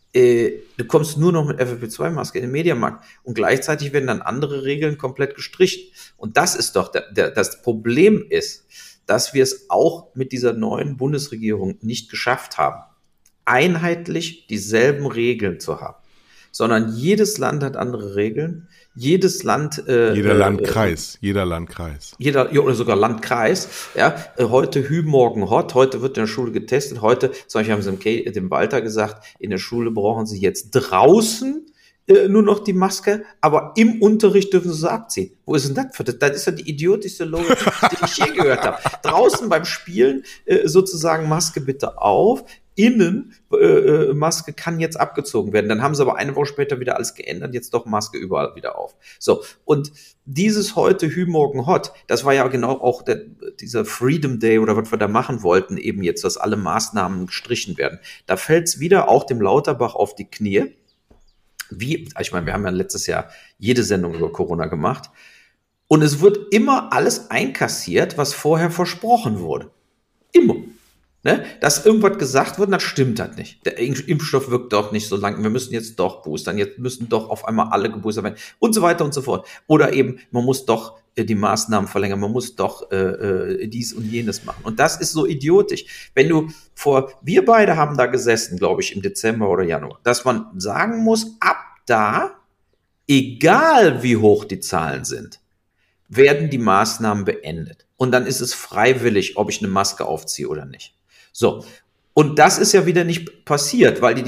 Speaker 2: Du kommst nur noch mit FFP2-Maske in den Mediamarkt und gleichzeitig werden dann andere Regeln komplett gestrichen. Und das ist doch das Problem ist, dass wir es auch mit dieser neuen Bundesregierung nicht geschafft haben, einheitlich dieselben Regeln zu haben. sondern jedes Land hat andere Regeln. Jedes Land,
Speaker 1: jeder Landkreis.
Speaker 2: Oder sogar Landkreis, ja, heute Hü, morgen Hot, heute wird in der Schule getestet, heute, zum Beispiel haben sie dem Walter gesagt, in der Schule brauchen sie jetzt draußen nur noch die Maske, aber im Unterricht dürfen sie abziehen. Wo ist denn das für das? Das ist ja die idiotischste Logik, die ich je gehört habe. Draußen beim Spielen sozusagen Maske bitte auf, innen Maske kann jetzt abgezogen werden. Dann haben sie aber eine Woche später wieder alles geändert, jetzt doch Maske überall wieder auf. So, und dieses heute Hü, morgen Hot, das war ja genau auch dieser Freedom Day oder was wir da machen wollten, eben jetzt, dass alle Maßnahmen gestrichen werden. Da fällt es wieder auch dem Lauterbach auf die Knie. Ich meine, wir haben ja letztes Jahr jede Sendung über Corona gemacht und es wird immer alles einkassiert, was vorher versprochen wurde. Immer. Ne? Dass irgendwas gesagt wird, dann stimmt das nicht. Der Impfstoff wirkt doch nicht so lang, wir müssen jetzt doch boostern, jetzt müssen doch auf einmal alle geboostert werden und so weiter und so fort. Oder eben, man muss doch die Maßnahmen verlängern, man muss doch dies und jenes machen. Und das ist so idiotisch. Wir beide haben da gesessen, glaube ich, im Dezember oder Januar, dass man sagen muss, ab da, egal wie hoch die Zahlen sind, werden die Maßnahmen beendet. Und dann ist es freiwillig, ob ich eine Maske aufziehe oder nicht. So. Und das ist ja wieder nicht passiert, weil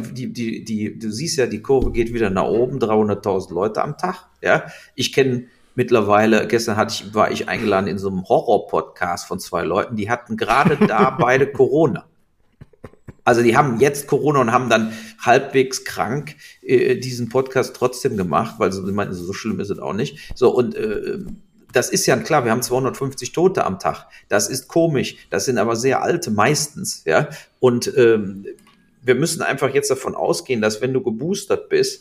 Speaker 2: du siehst ja, die Kurve geht wieder nach oben, 300.000 Leute am Tag, ja. Ich kenne mittlerweile, gestern war ich eingeladen in so einem Horror-Podcast von 2 Leuten, die hatten gerade da beide Corona. Also die haben jetzt Corona und haben dann halbwegs krank diesen Podcast trotzdem gemacht, weil sie meinten, so schlimm ist es auch nicht. So, und das ist ja klar, wir haben 250 Tote am Tag. Das ist komisch, das sind aber sehr alte meistens, ja. Und wir müssen einfach jetzt davon ausgehen, dass wenn du geboostert bist,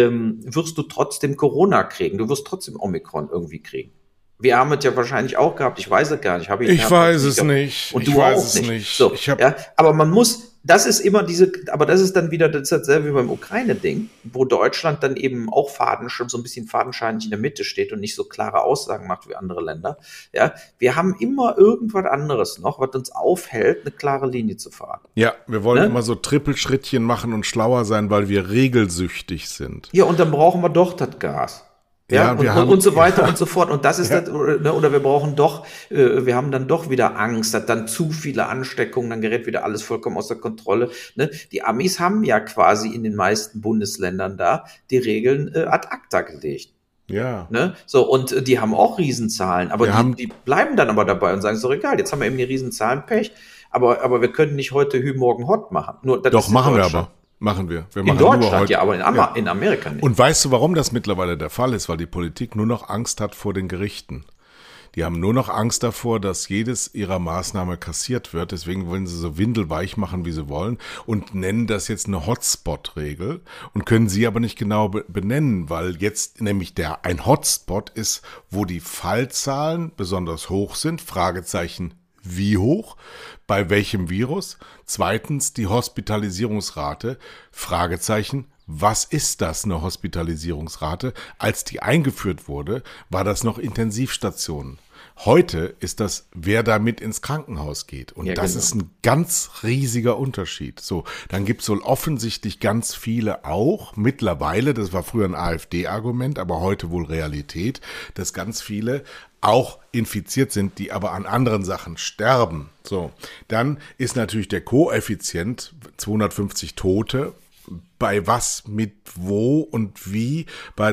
Speaker 2: wirst du trotzdem Corona kriegen. Du wirst trotzdem Omikron irgendwie kriegen. Wir haben es ja wahrscheinlich auch gehabt. Ich weiß es gar nicht.
Speaker 1: Ich weiß es nicht.
Speaker 2: Und du auch nicht. So, ja, aber man muss, das ist immer aber das ist dann wieder dasselbe wie beim Ukraine-Ding, wo Deutschland dann eben auch so ein bisschen fadenscheinig in der Mitte steht und nicht so klare Aussagen macht wie andere Länder. Ja, wir haben immer irgendwas anderes noch, was uns aufhält, eine klare Linie zu fahren.
Speaker 1: Ja, wir wollen immer so Trippelschrittchen machen und schlauer sein, weil wir regelsüchtig sind.
Speaker 2: Ja, und dann brauchen wir doch das Gas. Ja, und so weiter und so fort. Und das ist das, oder wir brauchen doch, wir haben dann doch wieder Angst, dass dann zu viele Ansteckungen, dann gerät wieder alles vollkommen aus der Kontrolle. Ne? Die Amis haben ja quasi in den meisten Bundesländern da die Regeln ad acta gelegt.
Speaker 1: Ja.
Speaker 2: Ne? So, und die haben auch Riesenzahlen, aber die bleiben dann aber dabei und sagen, ist doch egal, jetzt haben wir eben die Riesenzahlen, Pech, aber wir können nicht heute Hü, morgen Hot machen.
Speaker 1: Doch, machen wir aber. Machen wir.
Speaker 2: In Deutschland, ja, aber in Amerika nicht.
Speaker 1: Und weißt du, warum das mittlerweile der Fall ist? Weil die Politik nur noch Angst hat vor den Gerichten. Die haben nur noch Angst davor, dass jedes ihrer Maßnahme kassiert wird. Deswegen wollen sie so windelweich machen, wie sie wollen und nennen das jetzt eine Hotspot-Regel und können sie aber nicht genau benennen, weil jetzt nämlich ein Hotspot ist, wo die Fallzahlen besonders hoch sind, Fragezeichen, wie hoch, bei welchem Virus? Zweitens die Hospitalisierungsrate, Fragezeichen, was ist das, eine Hospitalisierungsrate? Als die eingeführt wurde, war das noch Intensivstationen. Heute ist das, wer damit ins Krankenhaus geht. Und ja, das ist ein ganz riesiger Unterschied. So, dann gibt es wohl offensichtlich ganz viele auch mittlerweile, das war früher ein AfD-Argument, aber heute wohl Realität, dass ganz viele auch infiziert sind, die aber an anderen Sachen sterben. So, dann ist natürlich der Koeffizient 250 Tote. Bei was, mit wo und wie bei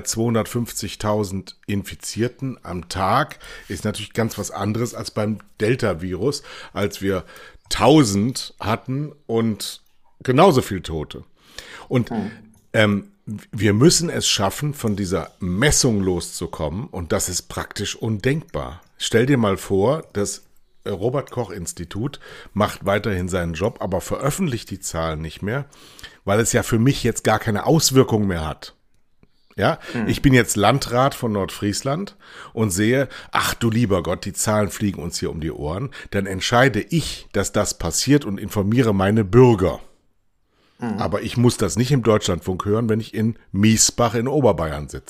Speaker 1: 250.000 Infizierten am Tag ist natürlich ganz was anderes als beim Delta-Virus, als wir 1000 hatten und genauso viel Tote. Und wir müssen es schaffen, von dieser Messung loszukommen und das ist praktisch undenkbar. Stell dir mal vor, das Robert-Koch-Institut macht weiterhin seinen Job, aber veröffentlicht die Zahlen nicht mehr, weil es ja für mich jetzt gar keine Auswirkung mehr hat. Ja, ich bin jetzt Landrat von Nordfriesland und sehe, ach du lieber Gott, die Zahlen fliegen uns hier um die Ohren. Dann entscheide ich, dass das passiert und informiere meine Bürger. Aber ich muss das nicht im Deutschlandfunk hören, wenn ich in Miesbach in Oberbayern sitze.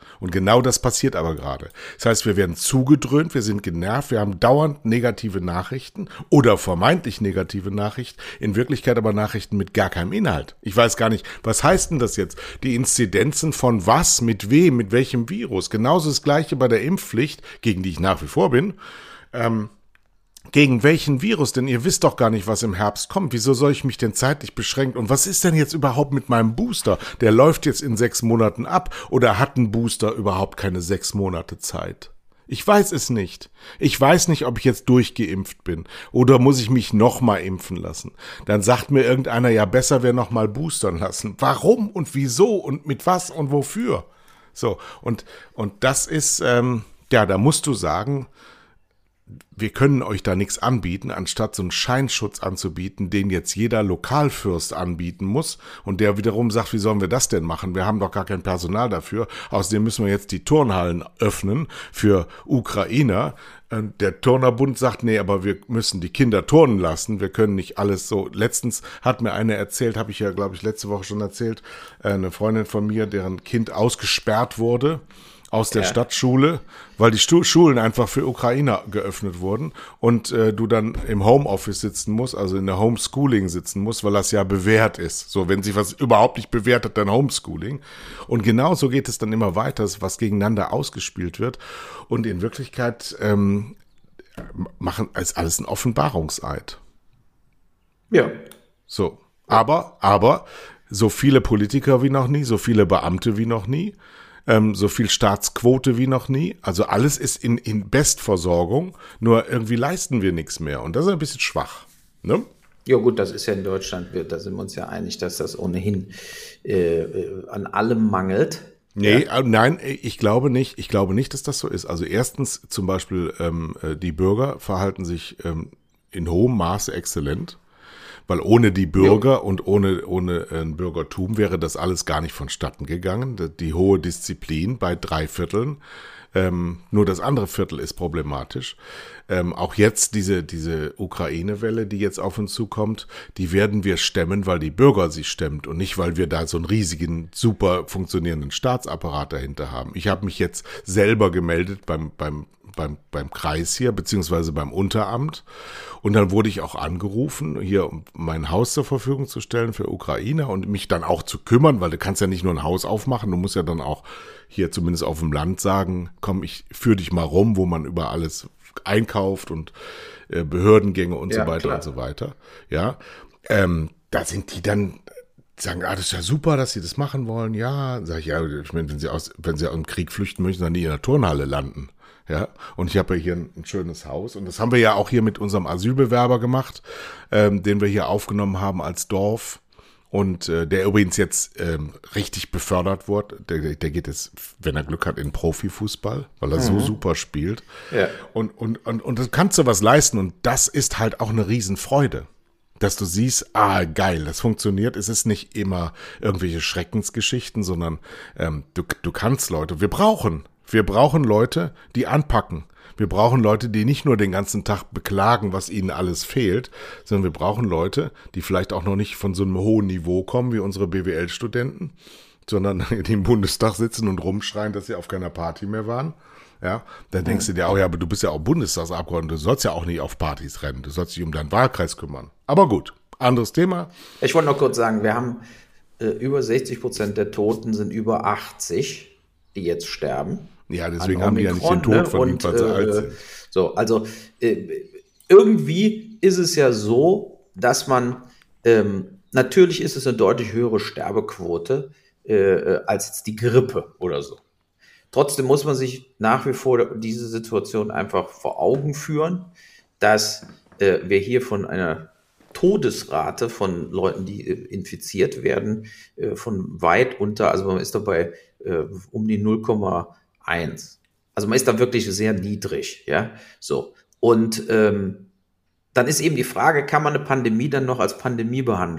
Speaker 1: Und genau das passiert aber gerade. Das heißt, wir werden zugedröhnt, wir sind genervt, wir haben dauernd negative Nachrichten oder vermeintlich negative Nachrichten, in Wirklichkeit aber Nachrichten mit gar keinem Inhalt. Ich weiß gar nicht, was heißt denn das jetzt? Die Inzidenzen von was, mit wem, mit welchem Virus? Genauso das Gleiche bei der Impfpflicht, gegen die ich nach wie vor bin. Gegen welchen Virus? Denn ihr wisst doch gar nicht, was im Herbst kommt. Wieso soll ich mich denn zeitlich beschränken? Und was ist denn jetzt überhaupt mit meinem Booster? Der läuft jetzt in 6 Monaten ab. Oder hat ein Booster überhaupt keine 6 Monate Zeit? Ich weiß es nicht. Ich weiß nicht, ob ich jetzt durchgeimpft bin. Oder muss ich mich nochmal impfen lassen? Dann sagt mir irgendeiner, ja, besser wäre nochmal boostern lassen. Warum und wieso und mit was und wofür? So, und das ist, da musst du sagen, wir können euch da nichts anbieten, anstatt so einen Scheinschutz anzubieten, den jetzt jeder Lokalfürst anbieten muss und der wiederum sagt, wie sollen wir das denn machen? Wir haben doch gar kein Personal dafür. Außerdem müssen wir jetzt die Turnhallen öffnen für Ukrainer. Der Turnerbund sagt, nee, aber wir müssen die Kinder turnen lassen. Wir können nicht alles so. Letztens hat mir eine erzählt, habe ich ja, glaube ich, letzte Woche schon erzählt, eine Freundin von mir, deren Kind ausgesperrt wurde aus der Stadtschule, weil die Schulen einfach für Ukrainer geöffnet wurden und du dann im Homeoffice sitzen musst, also in der Homeschooling sitzen musst, weil das ja bewährt ist. So, wenn sich was überhaupt nicht bewährt hat, dann Homeschooling. Und genauso geht es dann immer weiter, was gegeneinander ausgespielt wird. Und in Wirklichkeit ist alles ein Offenbarungseid.
Speaker 2: Ja.
Speaker 1: So, aber so viele Politiker wie noch nie, so viele Beamte wie noch nie, so viel Staatsquote wie noch nie. Also alles ist in Bestversorgung, nur irgendwie leisten wir nichts mehr. Und das ist ein bisschen schwach. Ne?
Speaker 2: Ja gut, das ist ja in Deutschland, da sind wir uns ja einig, dass das ohnehin an allem mangelt.
Speaker 1: Nee, nein, ich glaube nicht. Ich glaube nicht, dass das so ist. Also erstens zum Beispiel die Bürger verhalten sich in hohem Maße exzellent. Weil ohne die Bürger und ohne ein Bürgertum wäre das alles gar nicht vonstatten gegangen. Die hohe Disziplin bei 3/4. Nur das andere Viertel ist problematisch. Auch jetzt diese Ukraine-Welle, die jetzt auf uns zukommt, die werden wir stemmen, weil die Bürger sie stemmt und nicht, weil wir da so einen riesigen, super funktionierenden Staatsapparat dahinter haben. Ich habe mich jetzt selber gemeldet beim Kreis hier, beziehungsweise beim Unteramt. Und dann wurde ich auch angerufen, hier um mein Haus zur Verfügung zu stellen für Ukrainer und mich dann auch zu kümmern, weil du kannst ja nicht nur ein Haus aufmachen, du musst ja dann auch hier zumindest auf dem Land sagen, komm, ich führe dich mal rum, wo man über alles einkauft und Behördengänge und so weiter und so weiter. Ja, da sind die dann sagen, das ist ja super, dass sie das machen wollen. Ja, sag ich, ja, ich meine, wenn sie aus dem Krieg flüchten möchten, dann die in der Turnhalle landen. Ja, und ich habe ja hier ein schönes Haus und das haben wir ja auch hier mit unserem Asylbewerber gemacht, den wir hier aufgenommen haben als Dorf und der übrigens jetzt richtig befördert wurde. Der geht jetzt, wenn er Glück hat, in Profifußball, weil er so super spielt. Ja. Und das kannst du was leisten und das ist halt auch eine Riesenfreude. Dass du siehst, geil, das funktioniert. Es ist nicht immer irgendwelche Schreckensgeschichten, sondern du kannst Leute, wir brauchen Leute, die anpacken. Wir brauchen Leute, die nicht nur den ganzen Tag beklagen, was ihnen alles fehlt, sondern wir brauchen Leute, die vielleicht auch noch nicht von so einem hohen Niveau kommen wie unsere BWL-Studenten, sondern die im Bundestag sitzen und rumschreien, dass sie auf keiner Party mehr waren. Ja, dann denkst du dir auch, ja, aber du bist ja auch Bundestagsabgeordneter, du sollst ja auch nicht auf Partys rennen, du sollst dich um deinen Wahlkreis kümmern. Aber gut, anderes Thema.
Speaker 2: Ich wollte noch kurz sagen, wir haben über 60% der Toten sind über 80, die jetzt sterben.
Speaker 1: Ja, deswegen haben die ja nicht den Tod verdient, weil sie alt sind.
Speaker 2: So, also irgendwie ist es ja so, dass man, natürlich ist es eine deutlich höhere Sterbequote als jetzt die Grippe oder so. Trotzdem muss man sich nach wie vor diese Situation einfach vor Augen führen, dass wir hier von einer Todesrate von Leuten, die infiziert werden, von weit unter, also man ist dabei um die 0,1. Also man ist da wirklich sehr niedrig, ja, so. Und dann ist eben die Frage, kann man eine Pandemie dann noch als Pandemie behandeln?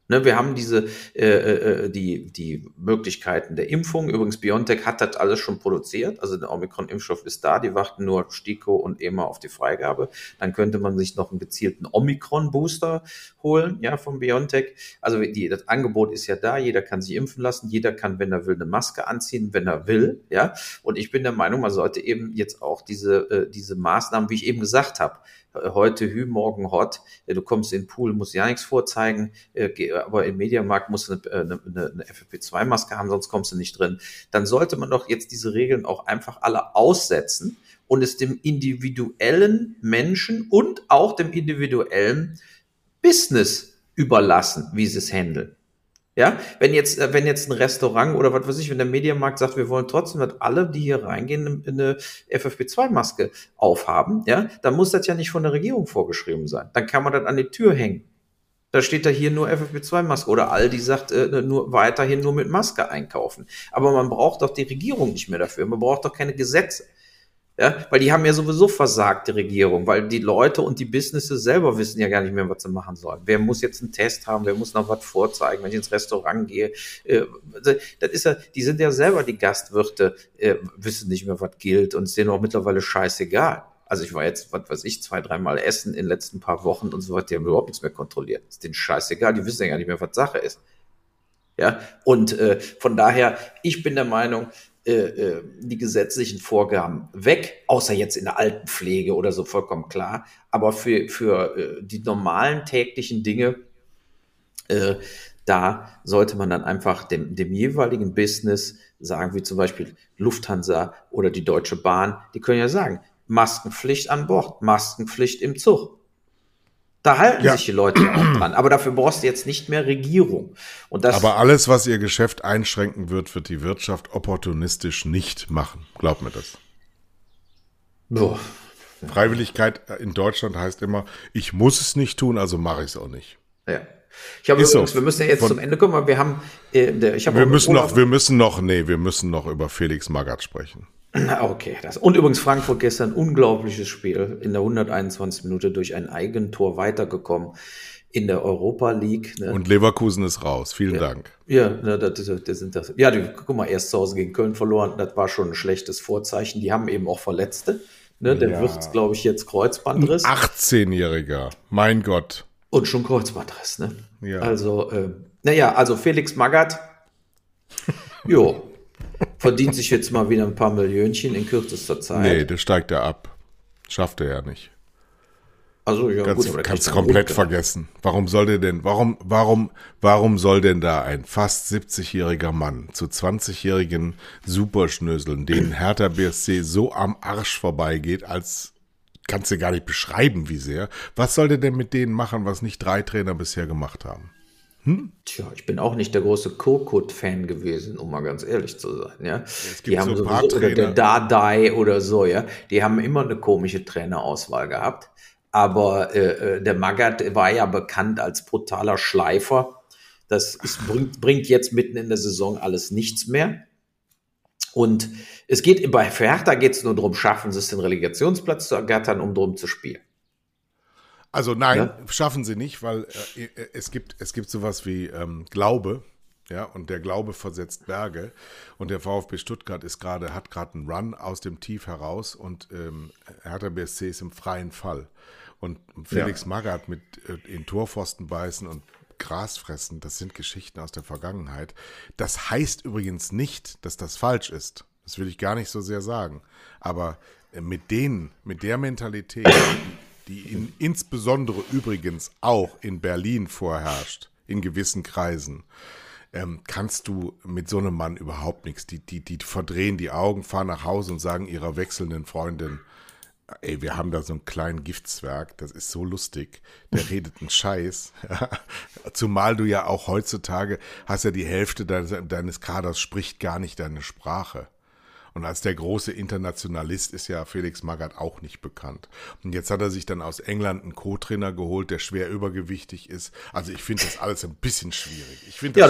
Speaker 2: Ne, wir haben die Möglichkeiten der Impfung. Übrigens, BioNTech hat das alles schon produziert. Also der Omikron-Impfstoff ist da. Die warten nur STIKO und EMA auf die Freigabe. Dann könnte man sich noch einen gezielten Omikron-Booster holen, ja, von BioNTech. Also das Angebot ist ja da. Jeder kann sich impfen lassen. Jeder kann, wenn er will, eine Maske anziehen, wenn er will, ja. Und ich bin der Meinung, man sollte eben jetzt auch diese Maßnahmen, wie ich eben gesagt habe, heute Hü, morgen Hot, du kommst in den Pool, musst ja nichts vorzeigen, aber im Mediamarkt musst du eine FFP2-Maske haben, sonst kommst du nicht drin. Dann sollte man doch jetzt diese Regeln auch einfach alle aussetzen und es dem individuellen Menschen und auch dem individuellen Business überlassen, wie sie es handeln. Ja, wenn jetzt ein Restaurant oder was weiß ich, wenn der Mediamarkt sagt, wir wollen trotzdem, dass alle, die hier reingehen, eine FFP2-Maske aufhaben, ja, dann muss das ja nicht von der Regierung vorgeschrieben sein. Dann kann man das an die Tür hängen. Da steht da hier nur FFP2-Maske oder Aldi sagt weiterhin nur mit Maske einkaufen. Aber man braucht doch die Regierung nicht mehr dafür. Man braucht doch keine Gesetze. Ja, weil die haben ja sowieso versagt, die Regierung, weil die Leute und die Businesses selber wissen ja gar nicht mehr, was sie machen sollen. Wer muss jetzt einen Test haben, wer muss noch was vorzeigen, wenn ich ins Restaurant gehe. Das ist ja, die sind ja selber die Gastwirte, wissen nicht mehr, was gilt und es ist denen auch mittlerweile scheißegal. Also ich war jetzt, was weiß ich, 2-3 Mal essen in den letzten paar Wochen und so weiter, die haben überhaupt nichts mehr kontrolliert. Ist denen scheißegal, die wissen ja gar nicht mehr, was Sache ist. Ja, und von daher, ich bin der Meinung, die gesetzlichen Vorgaben weg, außer jetzt in der Altenpflege oder so, vollkommen klar. Aber für die normalen täglichen Dinge, da sollte man dann einfach dem jeweiligen Business sagen, wie zum Beispiel Lufthansa oder die Deutsche Bahn, die können ja sagen, Maskenpflicht an Bord, Maskenpflicht im Zug. Da halten sich die Leute ja auch dran. Aber dafür brauchst du jetzt nicht mehr Regierung. Und das,
Speaker 1: aber alles, was ihr Geschäft einschränken wird die Wirtschaft opportunistisch nicht machen. Glaubt mir das.
Speaker 2: boah,
Speaker 1: Freiwilligkeit in Deutschland heißt immer, ich muss es nicht tun, also mache ich es auch nicht.
Speaker 2: ja. Ich habe
Speaker 1: Ist
Speaker 2: übrigens,
Speaker 1: so.
Speaker 2: wir müssen ja jetzt zum Ende kommen, aber wir haben, ich habe
Speaker 1: Wir müssen noch über Felix Magath sprechen.
Speaker 2: Okay, und übrigens Frankfurt gestern unglaubliches Spiel in der 121. Minute durch ein Eigentor weitergekommen in der Europa League. Ne?
Speaker 1: Und Leverkusen ist raus. Vielen Dank.
Speaker 2: Ja, ne, das sind das. Ja, guck mal, erst zu Hause gegen Köln verloren. Das war schon ein schlechtes Vorzeichen. Die haben eben auch Verletzte. Ne? Der wird, glaube ich, jetzt Kreuzbandriss.
Speaker 1: 18-Jähriger, mein Gott.
Speaker 2: Und schon Kreuzbandriss. Ne?
Speaker 1: Ja.
Speaker 2: Also, also Felix Magath. Jo. Verdient sich jetzt mal wieder ein paar Millionchen in kürzester Zeit.
Speaker 1: Nee, der steigt ja ab. Schafft er ja nicht.
Speaker 2: Also ja, gut, aber
Speaker 1: Kannst komplett vergessen. Warum soll der denn, warum soll denn da ein fast 70-jähriger Mann zu 20-jährigen Superschnöseln, denen Hertha BSC so am Arsch vorbeigeht, als kannst du gar nicht beschreiben, wie sehr. Was soll der denn mit denen machen, was nicht 3 Trainer bisher gemacht haben?
Speaker 2: Tja, ich bin auch nicht der große Korkut-Fan gewesen, um mal ganz ehrlich zu sein. Ja,
Speaker 1: Es gibt
Speaker 2: die haben
Speaker 1: so ein paar
Speaker 2: sowieso, oder der
Speaker 1: Trainer.
Speaker 2: Dardai oder so, ja, die haben immer eine komische Trainerauswahl gehabt. Aber der Magath war ja bekannt als brutaler Schleifer. Bringt jetzt mitten in der Saison alles nichts mehr. Und für Hertha geht es nur darum, schaffen sie es, den Relegationsplatz zu ergattern, um drum zu spielen.
Speaker 1: Also nein,
Speaker 2: Ja.
Speaker 1: schaffen sie nicht, weil es gibt sowas wie Glaube, ja, und der Glaube versetzt Berge. Und der VfB Stuttgart hat gerade einen Run aus dem Tief heraus und Hertha BSC ist im freien Fall. Und Felix Magath mit in Torpfosten beißen und Gras fressen, das sind Geschichten aus der Vergangenheit. Das heißt übrigens nicht, dass das falsch ist. Das will ich gar nicht so sehr sagen. Aber mit der Mentalität, die insbesondere übrigens auch in Berlin vorherrscht, in gewissen Kreisen, kannst du mit so einem Mann überhaupt nichts. Die verdrehen die Augen, fahren nach Hause und sagen ihrer wechselnden Freundin, ey, wir haben da so einen kleinen Giftzwerg, das ist so lustig, der redet einen Scheiß. Zumal du ja auch heutzutage hast ja die Hälfte deines Kaders spricht gar nicht deine Sprache. Und als der große Internationalist ist ja Felix Magath auch nicht bekannt. Und jetzt hat er sich dann aus England einen Co-Trainer geholt, der schwer übergewichtig ist. Also ich finde das alles ein bisschen schwierig.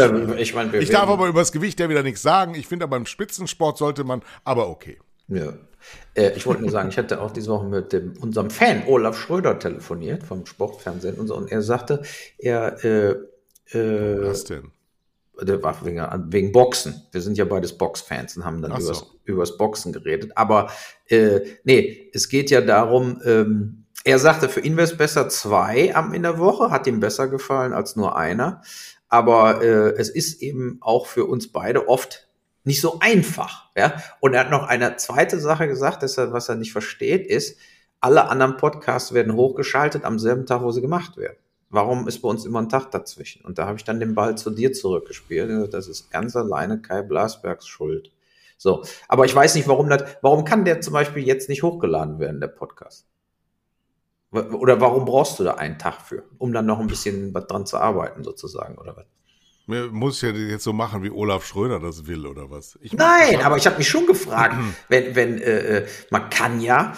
Speaker 1: Ich darf aber über das Gewicht ja wieder nichts sagen. Ich finde aber im Spitzensport sollte man, aber okay.
Speaker 2: Ja. Ich wollte nur sagen, ich hatte auch diese Woche mit unserem Fan Olaf Schröder telefoniert vom Sportfernsehen und so, und er sagte, er
Speaker 1: Was denn?
Speaker 2: Der war wegen Boxen. Wir sind ja beides Boxfans und haben dann übers Boxen geredet. Aber nee, es geht ja darum, er sagte, für ihn wäre es besser 2 in der Woche, hat ihm besser gefallen als nur einer. Aber es ist eben auch für uns beide oft nicht so einfach. Ja? Und er hat noch eine zweite Sache gesagt, was er nicht versteht, ist, alle anderen Podcasts werden hochgeschaltet am selben Tag, wo sie gemacht werden. Warum ist bei uns immer ein Tag dazwischen? Und da habe ich dann den Ball zu dir zurückgespielt. Das ist ganz alleine Kai Blasbergs Schuld. So, aber ich weiß nicht, warum kann der zum Beispiel jetzt nicht hochgeladen werden, der Podcast? Oder warum brauchst du da einen Tag für, um dann noch ein bisschen was dran zu arbeiten, sozusagen, oder was?
Speaker 1: Muss ich ja jetzt so machen, wie Olaf Schröder das will, oder was?
Speaker 2: Nein, aber ich habe mich schon gefragt, wenn man kann ja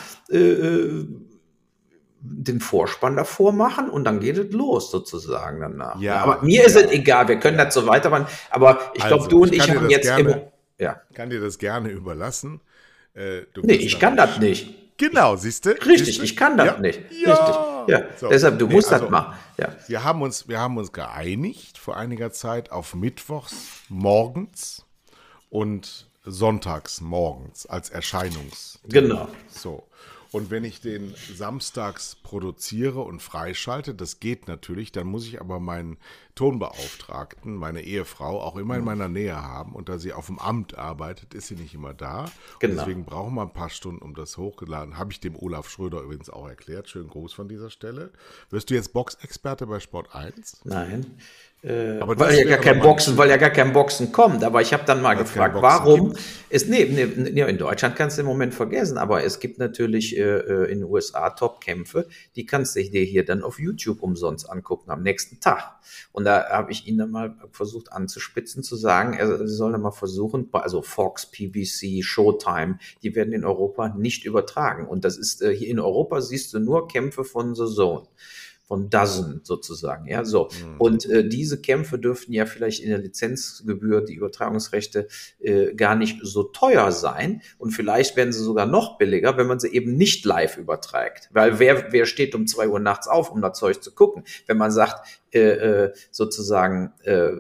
Speaker 2: den Vorspann davor machen und dann geht es los sozusagen danach.
Speaker 1: Ja,
Speaker 2: aber mir ist es egal, wir können das so weitermachen, aber ich glaube, du und ich haben jetzt
Speaker 1: kann dir das gerne überlassen.
Speaker 2: Ich kann das nicht.
Speaker 1: Genau, siehst du?
Speaker 2: Richtig, ich kann das nicht.
Speaker 1: Ja.
Speaker 2: Richtig. Ja, so. Deshalb, du musst das machen. Ja.
Speaker 1: Wir haben uns geeinigt vor einiger Zeit auf Mittwochs morgens und sonntags morgens als Erscheinungs.
Speaker 2: Genau.
Speaker 1: So. Und wenn ich den samstags produziere und freischalte, das geht natürlich, dann muss ich aber meinen Tonbeauftragten, meine Ehefrau, auch immer in meiner Nähe haben. Und da sie auf dem Amt arbeitet, ist sie nicht immer da. Genau. Und deswegen brauchen wir ein paar Stunden, um das hochgeladen. Habe ich dem Olaf Schröder übrigens auch erklärt. Schönen Gruß von dieser Stelle. Wirst du jetzt Boxexperte bei Sport 1?
Speaker 2: Nein. Weil ja gar kein Boxen kommt. Aber ich habe dann mal gefragt, warum ist, in Deutschland kannst du im Moment vergessen, aber es gibt natürlich in den USA Top-Kämpfe, die kannst du dir hier dann auf YouTube umsonst angucken am nächsten Tag. Und da habe ich ihn dann mal versucht anzuspitzen, zu sagen, sie sollen dann mal versuchen, also Fox, PBC, Showtime, die werden in Europa nicht übertragen. Und das ist, hier in Europa siehst du nur Kämpfe von The Zone. Von DAZN sozusagen, ja, so. Und diese Kämpfe dürften ja vielleicht in der Lizenzgebühr, die Übertragungsrechte, gar nicht so teuer sein. Und vielleicht werden sie sogar noch billiger, wenn man sie eben nicht live überträgt. Weil wer steht um 2 Uhr nachts auf, um das Zeug zu gucken? Wenn man sagt, sozusagen,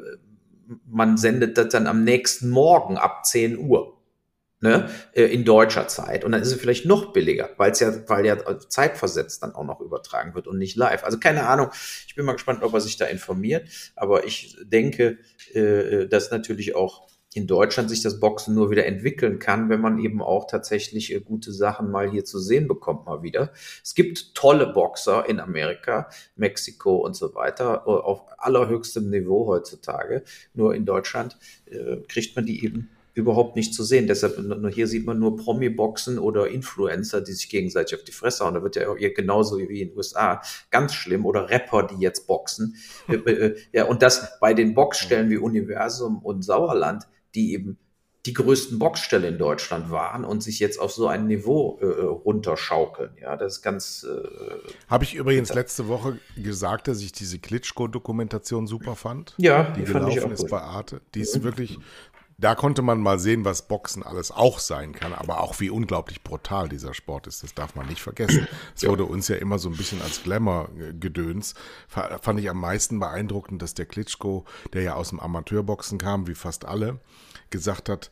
Speaker 2: man sendet das dann am nächsten Morgen ab 10 Uhr. Ne, in deutscher Zeit. Und dann ist es vielleicht noch billiger, weil ja zeitversetzt dann auch noch übertragen wird und nicht live. Also keine Ahnung. Ich bin mal gespannt, ob er sich da informiert. Aber ich denke, dass natürlich auch in Deutschland sich das Boxen nur wieder entwickeln kann, wenn man eben auch tatsächlich gute Sachen mal hier zu sehen bekommt, mal wieder. Es gibt tolle Boxer in Amerika, Mexiko und so weiter, auf allerhöchstem Niveau heutzutage. Nur in Deutschland kriegt man die eben überhaupt nicht zu sehen. Deshalb, hier sieht man nur Promi-Boxen oder Influencer, die sich gegenseitig auf die Fresse hauen. Da wird ja auch genauso wie in den USA ganz schlimm. Oder Rapper, die jetzt boxen. Ja, und das bei den Boxstellen wie Universum und Sauerland, die eben die größten Boxstelle in Deutschland waren und sich jetzt auf so ein Niveau runterschaukeln. Ja, das ist ganz...
Speaker 1: Habe ich übrigens letzte Woche gesagt, dass ich diese Klitschko-Dokumentation super fand?
Speaker 2: Ja,
Speaker 1: die gelaufen ist bei Arte. Die ist wirklich... Da konnte man mal sehen, was Boxen alles auch sein kann, aber auch wie unglaublich brutal dieser Sport ist. Das darf man nicht vergessen. Es wurde uns ja immer so ein bisschen als Glamour-Gedöns. Fand ich am meisten beeindruckend, dass der Klitschko, der ja aus dem Amateurboxen kam, wie fast alle, gesagt hat,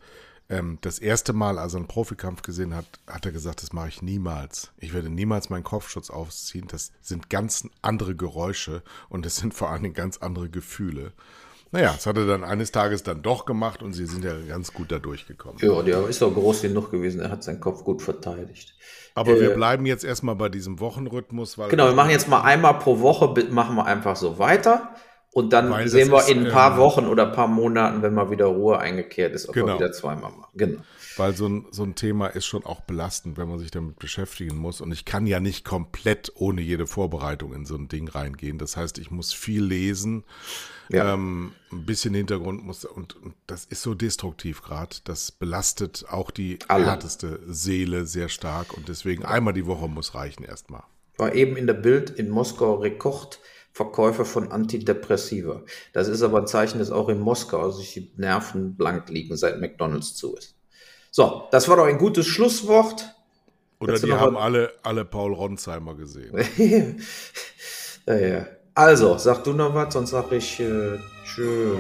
Speaker 1: das erste Mal, als er einen Profikampf gesehen hat, hat er gesagt, das mache ich niemals. Ich werde niemals meinen Kopfschutz ausziehen. Das sind ganz andere Geräusche und das sind vor allen Dingen ganz andere Gefühle. Naja, das hat er dann eines Tages dann doch gemacht und sie sind ja ganz gut da durchgekommen.
Speaker 2: Ja, der ist auch groß genug gewesen, er hat seinen Kopf gut verteidigt.
Speaker 1: Aber wir bleiben jetzt erstmal bei diesem Wochenrhythmus. Weil
Speaker 2: genau, wir machen jetzt mal einmal pro Woche, machen wir einfach so weiter und dann sehen wir in ein paar Wochen oder ein paar Monaten, wenn mal wieder Ruhe eingekehrt ist, ob wir wieder zweimal machen. Genau.
Speaker 1: Weil so ein Thema ist schon auch belastend, wenn man sich damit beschäftigen muss. Und ich kann ja nicht komplett ohne jede Vorbereitung in so ein Ding reingehen. Das heißt, ich muss viel lesen. Ja. Ein bisschen Hintergrund muss, und das ist so destruktiv gerade. Das belastet auch die härteste Seele sehr stark und deswegen einmal die Woche muss reichen erstmal.
Speaker 2: War eben in der Bild in Moskau Rekordverkäufe von Antidepressiva. Das ist aber ein Zeichen, dass auch in Moskau sich die Nerven blank liegen, seit McDonald's zu ist. So, das war doch ein gutes Schlusswort.
Speaker 1: Oder die haben alle Paul Ronsheimer gesehen.
Speaker 2: Ja. Also, sag du noch was, sonst sag ich tschö.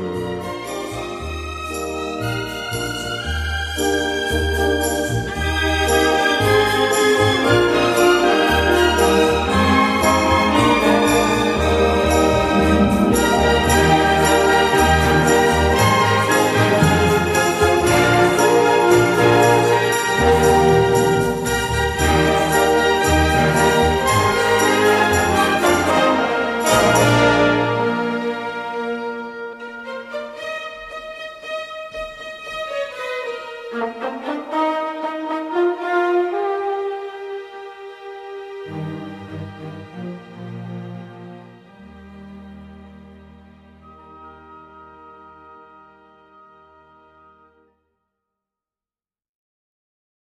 Speaker 3: Thank you.